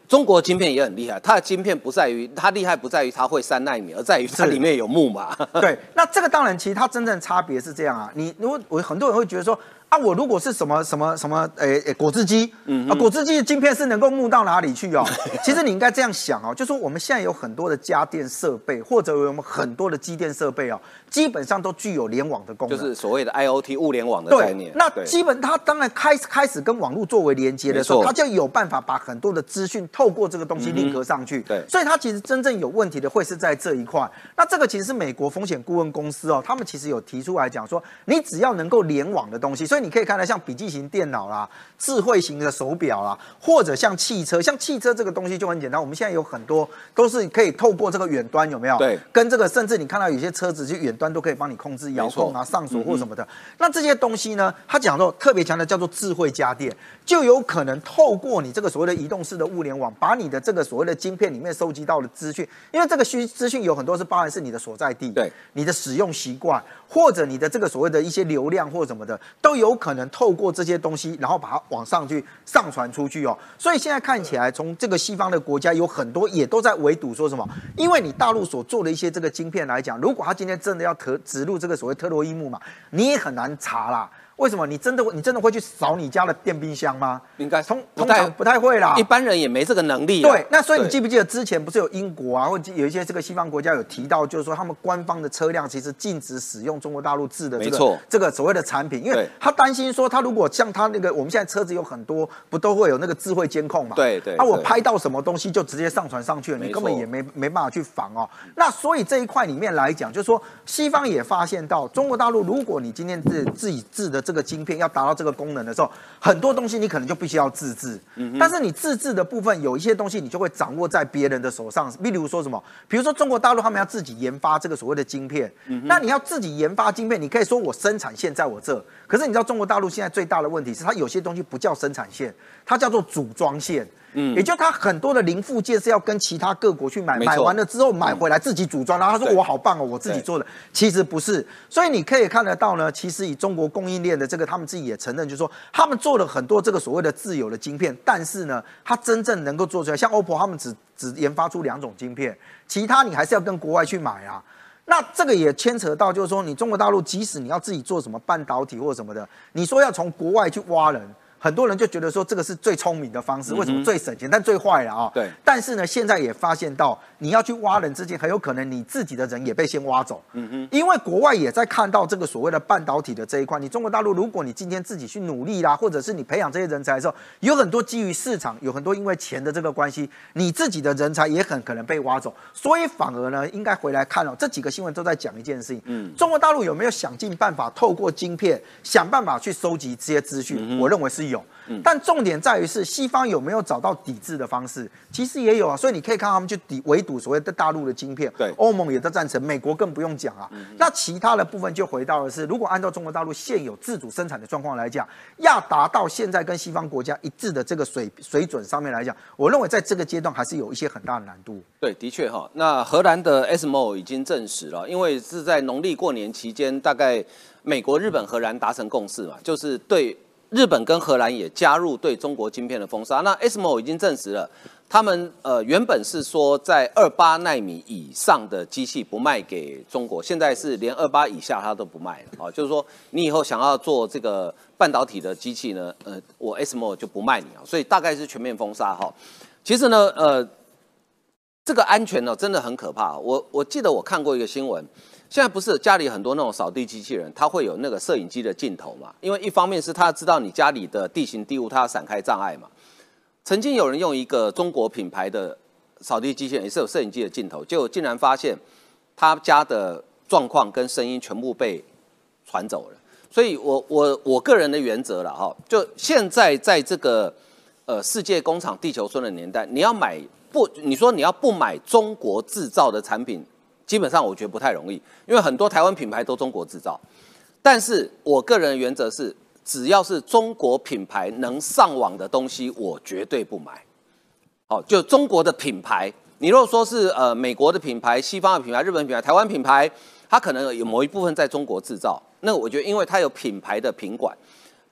中国晶片也很厉害，它的晶片不在于它厉害，不在于它会三纳米，而在于它里面有木马。 对，那这个当然，其实它真正差别是这样啊。你如果我很多人会觉得说啊，我如果是什么什么什么，诶、欸、诶，果汁机，嗯啊，果汁机的晶片是能够木到哪里去哦？其实你应该这样想哦，就说我们现在有很多的家电设备，或者有我们很多的机电设备哦，基本上都具有联网的功能， 就是所谓的 I O T 物联网的概念。 那基本它当然开始开始跟网络作为连接的时候，它就有办法把很多的资讯透过这个东西link合上去。 对， 所以它其实真正有问题的会是在这一块。那这个其实是美国风险顾问公司哦，他们其实有提出来讲说，你只要能够联网的东西，所以你可以看到像笔记型电脑啦、智慧型的手表啦，或者像汽车，像汽车这个东西就很简单，我们现在有很多都是可以透过这个远端，有没有？ 对， 跟这个甚至你看到有些车子就远端都可以帮你控制遥控啊、上锁或什么的。嗯、那这些东西呢，他讲说特别强调叫做智慧家电，就有可能透过你这个所谓的移动式的物联网，把你的这个所谓的晶片里面收集到的资讯，因为这个需资讯有很多是包含是你的所在地， 对， 你的使用习惯，或者你的这个所谓的一些流量或什么的，都有可能透过这些东西，然后把它往上去上传出去哦。所以现在看起来，从这个西方的国家有很多也都在围堵说什么，因为你大陆所做的一些这个晶片来讲，如果他今天真的要特植入这个所谓特洛伊木马，你也很难查啦。为什么？你真的你真的会去扫你家的电冰箱吗？ 应该通通常不太会啦， 一般人也没这个能力。 对，那所以你记不记得之前不是有英国啊，或者有一些这个西方国家有提到，就是说他们官方的车辆其实禁止使用中国大陆制的这个这个所谓的产品，因为他担心说，他如果像他那个我们现在车子有很多不都会有那个智慧监控嘛？ 对对。 那、啊、我拍到什么东西就直接上传上去了，你根本也没没办法去防哦。那所以这一块里面来讲，就是说西方也发现到中国大陆，如果你今天自自己制的这个晶片要达到这个功能的时候，很多东西你可能就必须要自制。嗯、但是你自制的部分有一些东西你就会掌握在别人的手上，例如说什么，比如说中国大陆他们要自己研发这个所谓的晶片，嗯、那你要自己研发晶片，你可以说我生产线在我这，可是你知道中国大陆现在最大的问题是它有些东西不叫生产线，它叫做组装线。嗯，也就它很多的零附件是要跟其他各国去买，买完了之后买回来自己组装，然后他说我好棒哦，我自己做的，其实不是。所以你可以看得到呢，其实以中国供应链的这个，他们自己也承认，就是说他们做了很多这个所谓的自有的晶片，但是呢，它真正能够做出来，像 O P P O 他们只只研发出两种晶片，其他你还是要跟国外去买啊。那这个也牵扯到，就是说你中国大陆即使你要自己做什么半导体或什么的，你说要从国外去挖人。很多人就觉得说这个是最聪明的方式，为什么最省钱，但最坏了啊？ 对。 但是呢，现在也发现到，你要去挖人之前，很有可能你自己的人也被先挖走。嗯哼。因为国外也在看到这个所谓的半导体的这一块，你中国大陆，如果你今天自己去努力啦，或者是你培养这些人才的时候，有很多基于市场，有很多因为钱的这个关系，你自己的人才也很可能被挖走。所以反而呢，应该回来看哦，这几个新闻都在讲一件事情。嗯。中国大陆有没有想尽办法透过晶片，想办法去收集这些资讯？嗯、我认为是有。嗯、但重点在于是西方有没有找到抵制的方式，其实也有啊，所以你可以看他们去抵围堵所谓的大陆的晶片， 对， 欧盟也在赞成，美国更不用讲啊。嗯、那其他的部分就回到的是，如果按照中国大陆现有自主生产的状况来讲，要达到现在跟西方国家一致的这个水水准上面来讲，我认为在这个阶段还是有一些很大的难度。 对，的确哈，那荷兰的 A S M O 已经证实了，因为是在农历过年期间，大概美国、日本、荷兰达成共识嘛，就是对。日本跟荷兰也加入对中国晶片的封杀。那 A S M O 已经证实了，他们呃原本是说在二八奈米以上的机器不卖给中国，现在是连二八以下它都不卖了啊、哦，就是说你以后想要做这个半导体的机器呢，呃，我 A S M O 就不卖你啊，所以大概是全面封杀哈、哦。其实呢，呃，这个安全呢真的很可怕。我我记得我看过一个新闻。现在不是家里很多那种扫地机器人，它会有那个摄影机的镜头嘛？因为一方面是它知道你家里的地形地物，它要闪开障碍嘛。曾经有人用一个中国品牌的扫地机器人，也是有摄影机的镜头，结果竟然发现他家的状况跟声音全部被传走了。所以我我我个人的原则了哈，就现在在这个呃世界工厂地球村的年代，你要买不，你说你要不买中国制造的产品。基本上我觉得不太容易，因为很多台湾品牌都中国制造，但是我个人的原则是，只要是中国品牌能上网的东西，我绝对不买。好，就中国的品牌，你如果说是呃美国的品牌、西方的品牌、日本品牌、台湾品牌，它可能有某一部分在中国制造，那我觉得因为它有品牌的品管，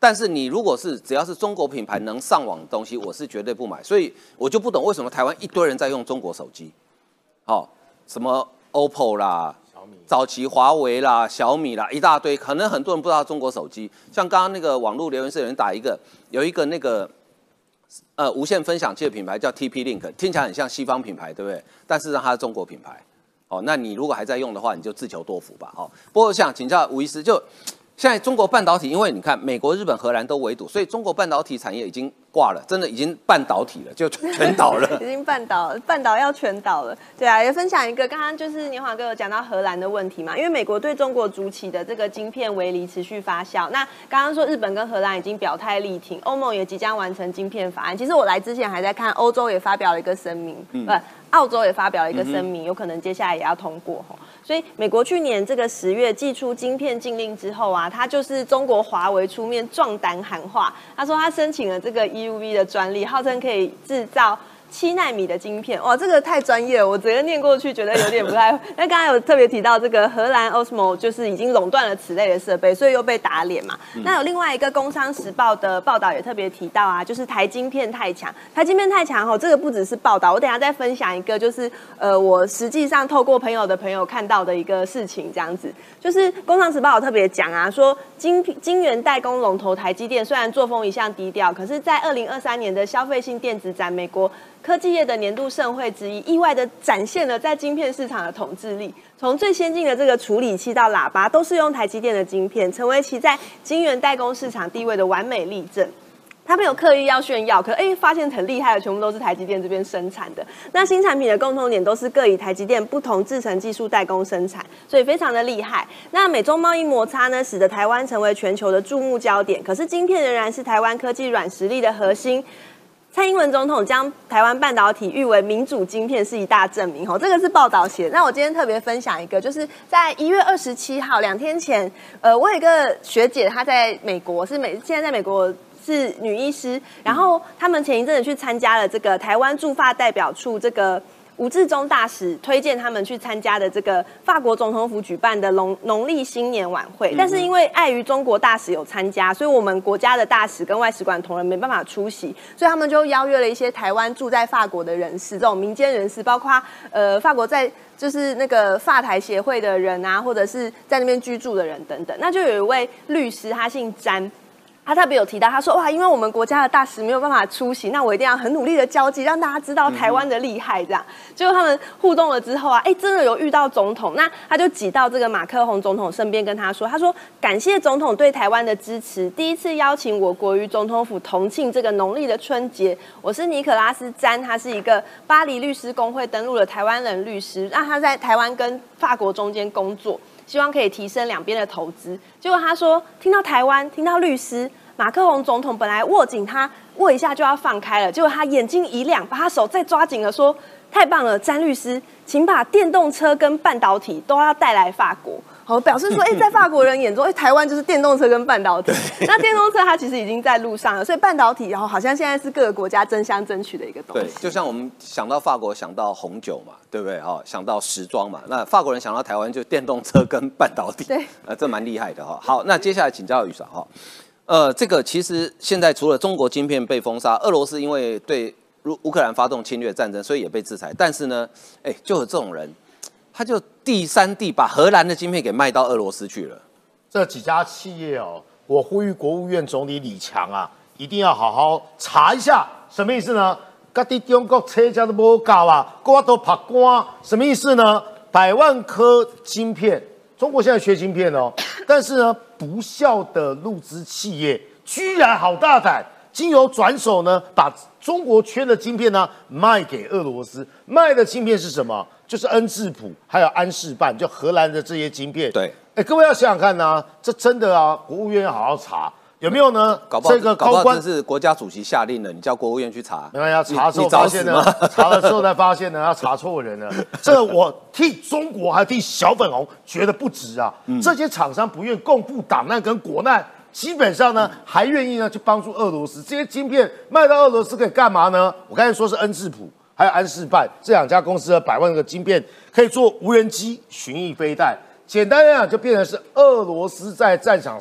但是你如果是只要是中国品牌能上网的东西，我是绝对不买。所以我就不懂为什么台湾一堆人在用中国手机，好、哦，什么 O P P O 啦。早期华为啦、小米啦一大堆，可能很多人不知道中国手机。像刚刚那个网络留言室有人打一个，有一个那个呃无线分享器的品牌叫 T P-Link， 听起来很像西方品牌，对不对？但事实上它是中国品牌。哦，那你如果还在用的话，你就自求多福吧。哦，不过我想请教吴医师，就现在中国半导体，因为你看美国、日本、荷兰都围堵，所以中国半导体产业已经挂了，真的已经半导体了，就全倒了， 已经半倒了，半岛要全倒了。对啊，也分享一个，刚刚就是年华哥有讲到荷兰的问题嘛，因为美国对中国主起的这个晶片围篱持续发酵。那刚刚说日本跟荷兰已经表态力挺，欧盟也即将完成晶片法案。其实我来之前还在看，欧洲也发表了一个声明，嗯，不，澳洲也发表了一个声明，有可能接下来也要通过吼。所以美国去年这个十月祭出晶片禁令之后啊，他就是中国华为出面壮胆喊话，他说他申请了这个 E U V 的专利，号称可以制造七奈米的晶片。哇，这个太专业了，我直接念过去觉得有点不太。那刚才有特别提到这个荷兰 O S M O 就是已经垄断了此类的设备，所以又被打脸嘛。嗯、那有另外一个《工商时报》的报道也特别提到啊，就是台晶片太强，台晶片太强哦，这个不只是报道，我等一下再分享一个，就是呃我实际上透过朋友的朋友看到的一个事情，这样子，就是《工商时报》有特别讲啊，说晶晶圆代工龙头台积电虽然作风一向低调，可是在二零二三年的消费性电子展，美国科技业的年度盛会之一，意外的展现了在晶片市场的统治力。从最先进的这个处理器到喇叭，都是用台积电的晶片，成为其在晶圆代工市场地位的完美例证。他没有刻意要炫耀，可哎发现很厉害的，全部都是台积电这边生产的。那新产品的共同点都是各以台积电不同制程技术代工生产，所以非常的厉害。那美中贸易摩擦呢，使得台湾成为全球的注目焦点。可是晶片仍然是台湾科技软实力的核心。蔡英文总统将台湾半导体誉为民主晶片是一大证明哦，这个是报道写的。那我今天特别分享一个，就是在一月二十七号两天前，呃，我有一个学姐，她在美国是美，现在在美国是女医师，然后他们前一阵子去参加了这个台湾驻法代表处这个。吴志忠大使推荐他们去参加的这个法国总统府举办的农农历新年晚会，但是因为碍于中国大使有参加，所以我们国家的大使跟外使馆同仁没办法出席，所以他们就邀约了一些台湾住在法国的人士，这种民间人士，包括呃法国在就是那个法台协会的人啊，或者是在那边居住的人等等。那就有一位律师，他姓詹。他特别有提到，他说哇，因为我们国家的大使没有办法出席，那我一定要很努力的交际，让大家知道台湾的厉害。这样，结果他们互动了之后啊，哎，真的有遇到总统，那他就挤到这个马克宏总统身边跟他说，他说感谢总统对台湾的支持，第一次邀请我国与总统府同庆这个农历的春节。我是尼可拉斯詹，他是一个巴黎律师公会登录的台湾人律师，那他在台湾跟法国中间工作。希望可以提升两边的投资。结果他说，听到台湾，听到律师，马克宏总统本来握紧他，握一下就要放开了，结果他眼睛一亮，把他手再抓紧了，说：“太棒了，詹律师，请把电动车跟半导体都要带来法国。”好，表示说，哎、欸，在法国人眼中，哎、欸，台湾就是电动车跟半导体。那电动车它其实已经在路上了，所以半导体，然后好像现在是各个国家争相争取的一个东西。 对，就像我们想到法国，想到红酒嘛，对不对？哈，想到时装嘛，那法国人想到台湾就电动车跟半导体。 对， 呃，这蛮厉害的哈。好，那接下来请教雨伞哈。呃，这个其实现在除了中国晶片被封杀，俄罗斯因为对乌克兰发动侵略战争，所以也被制裁。但是呢，哎，就有这种人。他就第三地把荷兰的晶片给卖到俄罗斯去了。 这几家企业哦，我呼吁国务院总理李强啊，一定要好好查一下，什么意思呢？各地中国车价都不高啊，我都拍光，什么意思呢？百万颗晶片，中国现在缺晶片哦，但是呢，不孝的入资企业居然好大胆，经由转手呢，把中国缺的晶片呢卖给俄罗斯，卖的晶片是什么？就是恩智浦，还有安士办，就荷兰的这些晶片。 对， 哎，各位要想想看呢、啊，这真的啊，国务院要好好查，有没有呢？ 搞不好这个高官这是国家主席下令了，你叫国务院去查。 没关系，查的时候发现呢，查了之后才发现呢，要查错人了。这我替中国还有替小粉红觉得不值啊！嗯、这些厂商不愿共赴党难跟国难。基本上呢，还愿意呢去帮助俄罗斯。这些晶片卖到俄罗斯可以干嘛呢？我刚才说是恩智浦，还有安士办这两家公司的百万个晶片可以做无人机、巡弋飞弹。简单来讲，就变成是俄罗斯在战场上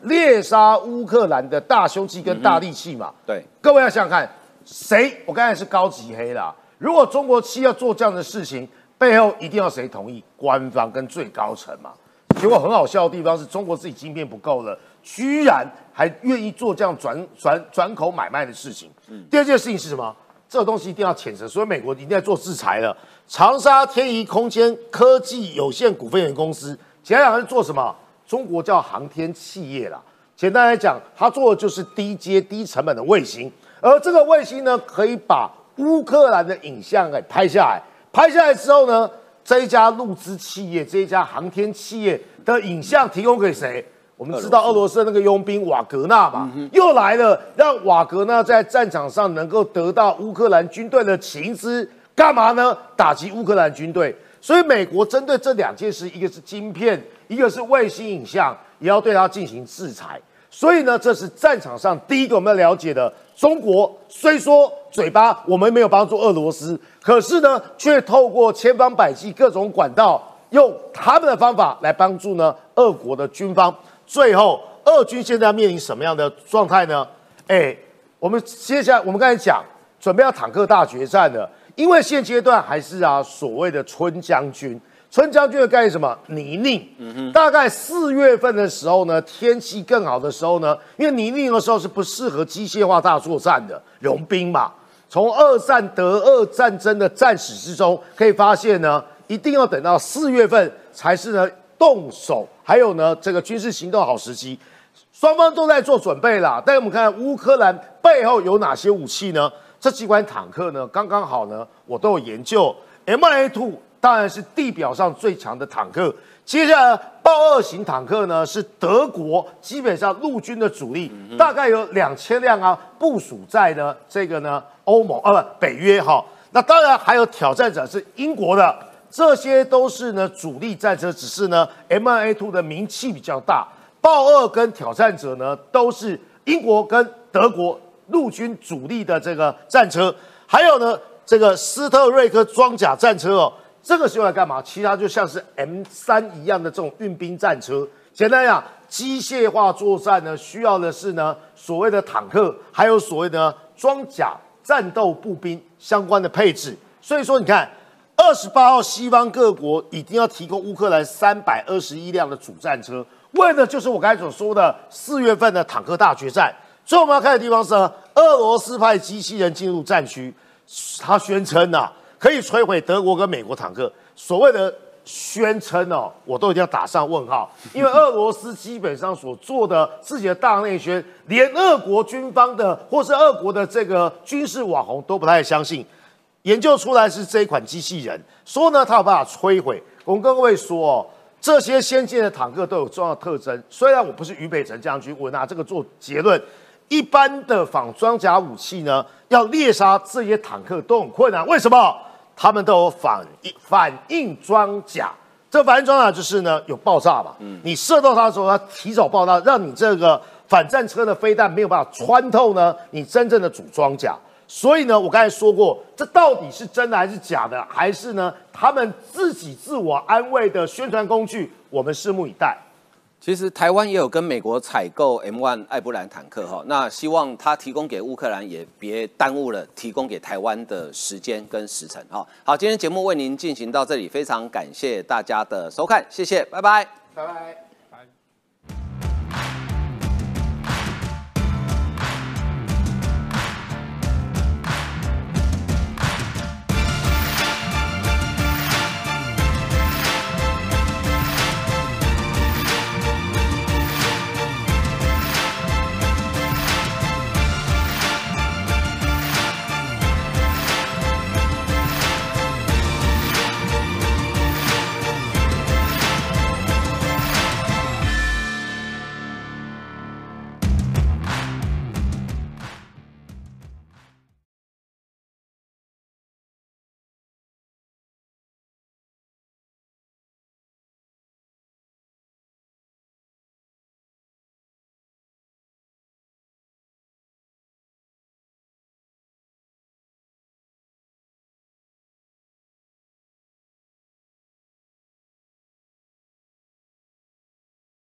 猎杀乌克兰的大凶器跟大利器嘛。嗯、 对， 各位要想想看，谁？我刚才是高级黑啦。如果中国企要做这样的事情，背后一定要谁同意？官方跟最高层嘛。结果很好笑的地方是中国自己晶片不够了，居然还愿意做这样转转转口买卖的事情。嗯、第二件事情是什么？这个东西一定要谴责，所以美国一定在做制裁了。长沙天仪空间科技有限股份有限公司，简单讲是做什么？中国叫航天企业啦。简单来讲，它做的就是低阶低成本的卫星，而这个卫星呢，可以把乌克兰的影像给拍下来。拍下来之后呢，这一家陆资企业，这一家航天企业的影像提供给谁？我们知道俄罗斯的那个佣兵瓦格纳嘛，嗯、又来了，让瓦格纳在战场上能够得到乌克兰军队的情资，干嘛呢？打击乌克兰军队。所以美国针对这两件事，一个是晶片，一个是卫星影像，也要对它进行制裁。所以呢，这是战场上第一个我们要了解的。中国虽说嘴巴我们没有帮助俄罗斯，可是呢，却透过千方百计各种管道，用他们的方法来帮助呢俄国的军方。最后，俄军现在要面临什么样的状态呢？哎，我们接下来我们刚才讲，准备要坦克大决战了，因为现阶段还是啊所谓的春将军。春将军的概念是什么？泥泞。嗯、大概四月份的时候呢，天气更好的时候呢，因为泥泞的时候是不适合机械化大作战的，融冰嘛。从二战德俄战争的战史之中可以发现呢，一定要等到四月份才是呢动手，还有呢这个军事行动好时机。双方都在做准备啦。但是我们看乌克兰背后有哪些武器呢？这几款坦克呢，刚刚好呢，我都有研究。M 二 A 二当然是地表上最强的坦克。接下来豹二型坦克呢，是德国基本上陆军的主力，嗯、大概有两千辆啊，部署在呢这个呢欧盟啊不北约哈。那当然还有挑战者是英国的，这些都是呢主力战车，只是呢 M 二 A 二的名气比较大。豹二跟挑战者呢都是英国跟德国陆军主力的这个战车，还有呢这个斯特瑞克装甲战车哦。这个是用来干嘛？其实它就像是 M 三 一样的这种运兵战车。简单讲，机械化作战呢，需要的是呢所谓的坦克，还有所谓的装甲战斗步兵相关的配置。所以说，你看，二十八号西方各国一定要提供乌克兰三百二十一辆的主战车，为的就是我刚才所说的四月份的坦克大决战。最后我们要看的地方是呢，俄罗斯派机器人进入战区，他宣称啊。可以摧毁德国跟美国坦克，所谓的宣称哦，我都一定要打上问号，因为俄罗斯基本上所做的自己的大内宣，连俄国军方的或是俄国的这个军事网红都不太相信。研究出来是这一款机器人，说呢它有办法摧毁。我们跟各位说哦，这些先进的坦克都有重要的特征。虽然我不是俞北辰将军，我拿这个做结论。一般的仿装甲武器呢，要猎杀这些坦克都很困难，为什么？他们都有反应反应装甲，这反应装甲就是呢有爆炸嘛，嗯、你射到它的时候，它提早爆炸，让你这个反战车的飞弹没有办法穿透呢你真正的主装甲。所以呢，我刚才说过，这到底是真的还是假的，还是呢他们自己自我安慰的宣传工具？我们拭目以待。 其实台湾也有跟美国采购 M 一 艾布兰坦克哈，那希望他提供给乌克兰也别耽误了提供给台湾的时间跟时程哈。好，今天节目为您进行到这里，非常感谢大家的收看，谢谢，拜拜， 拜拜。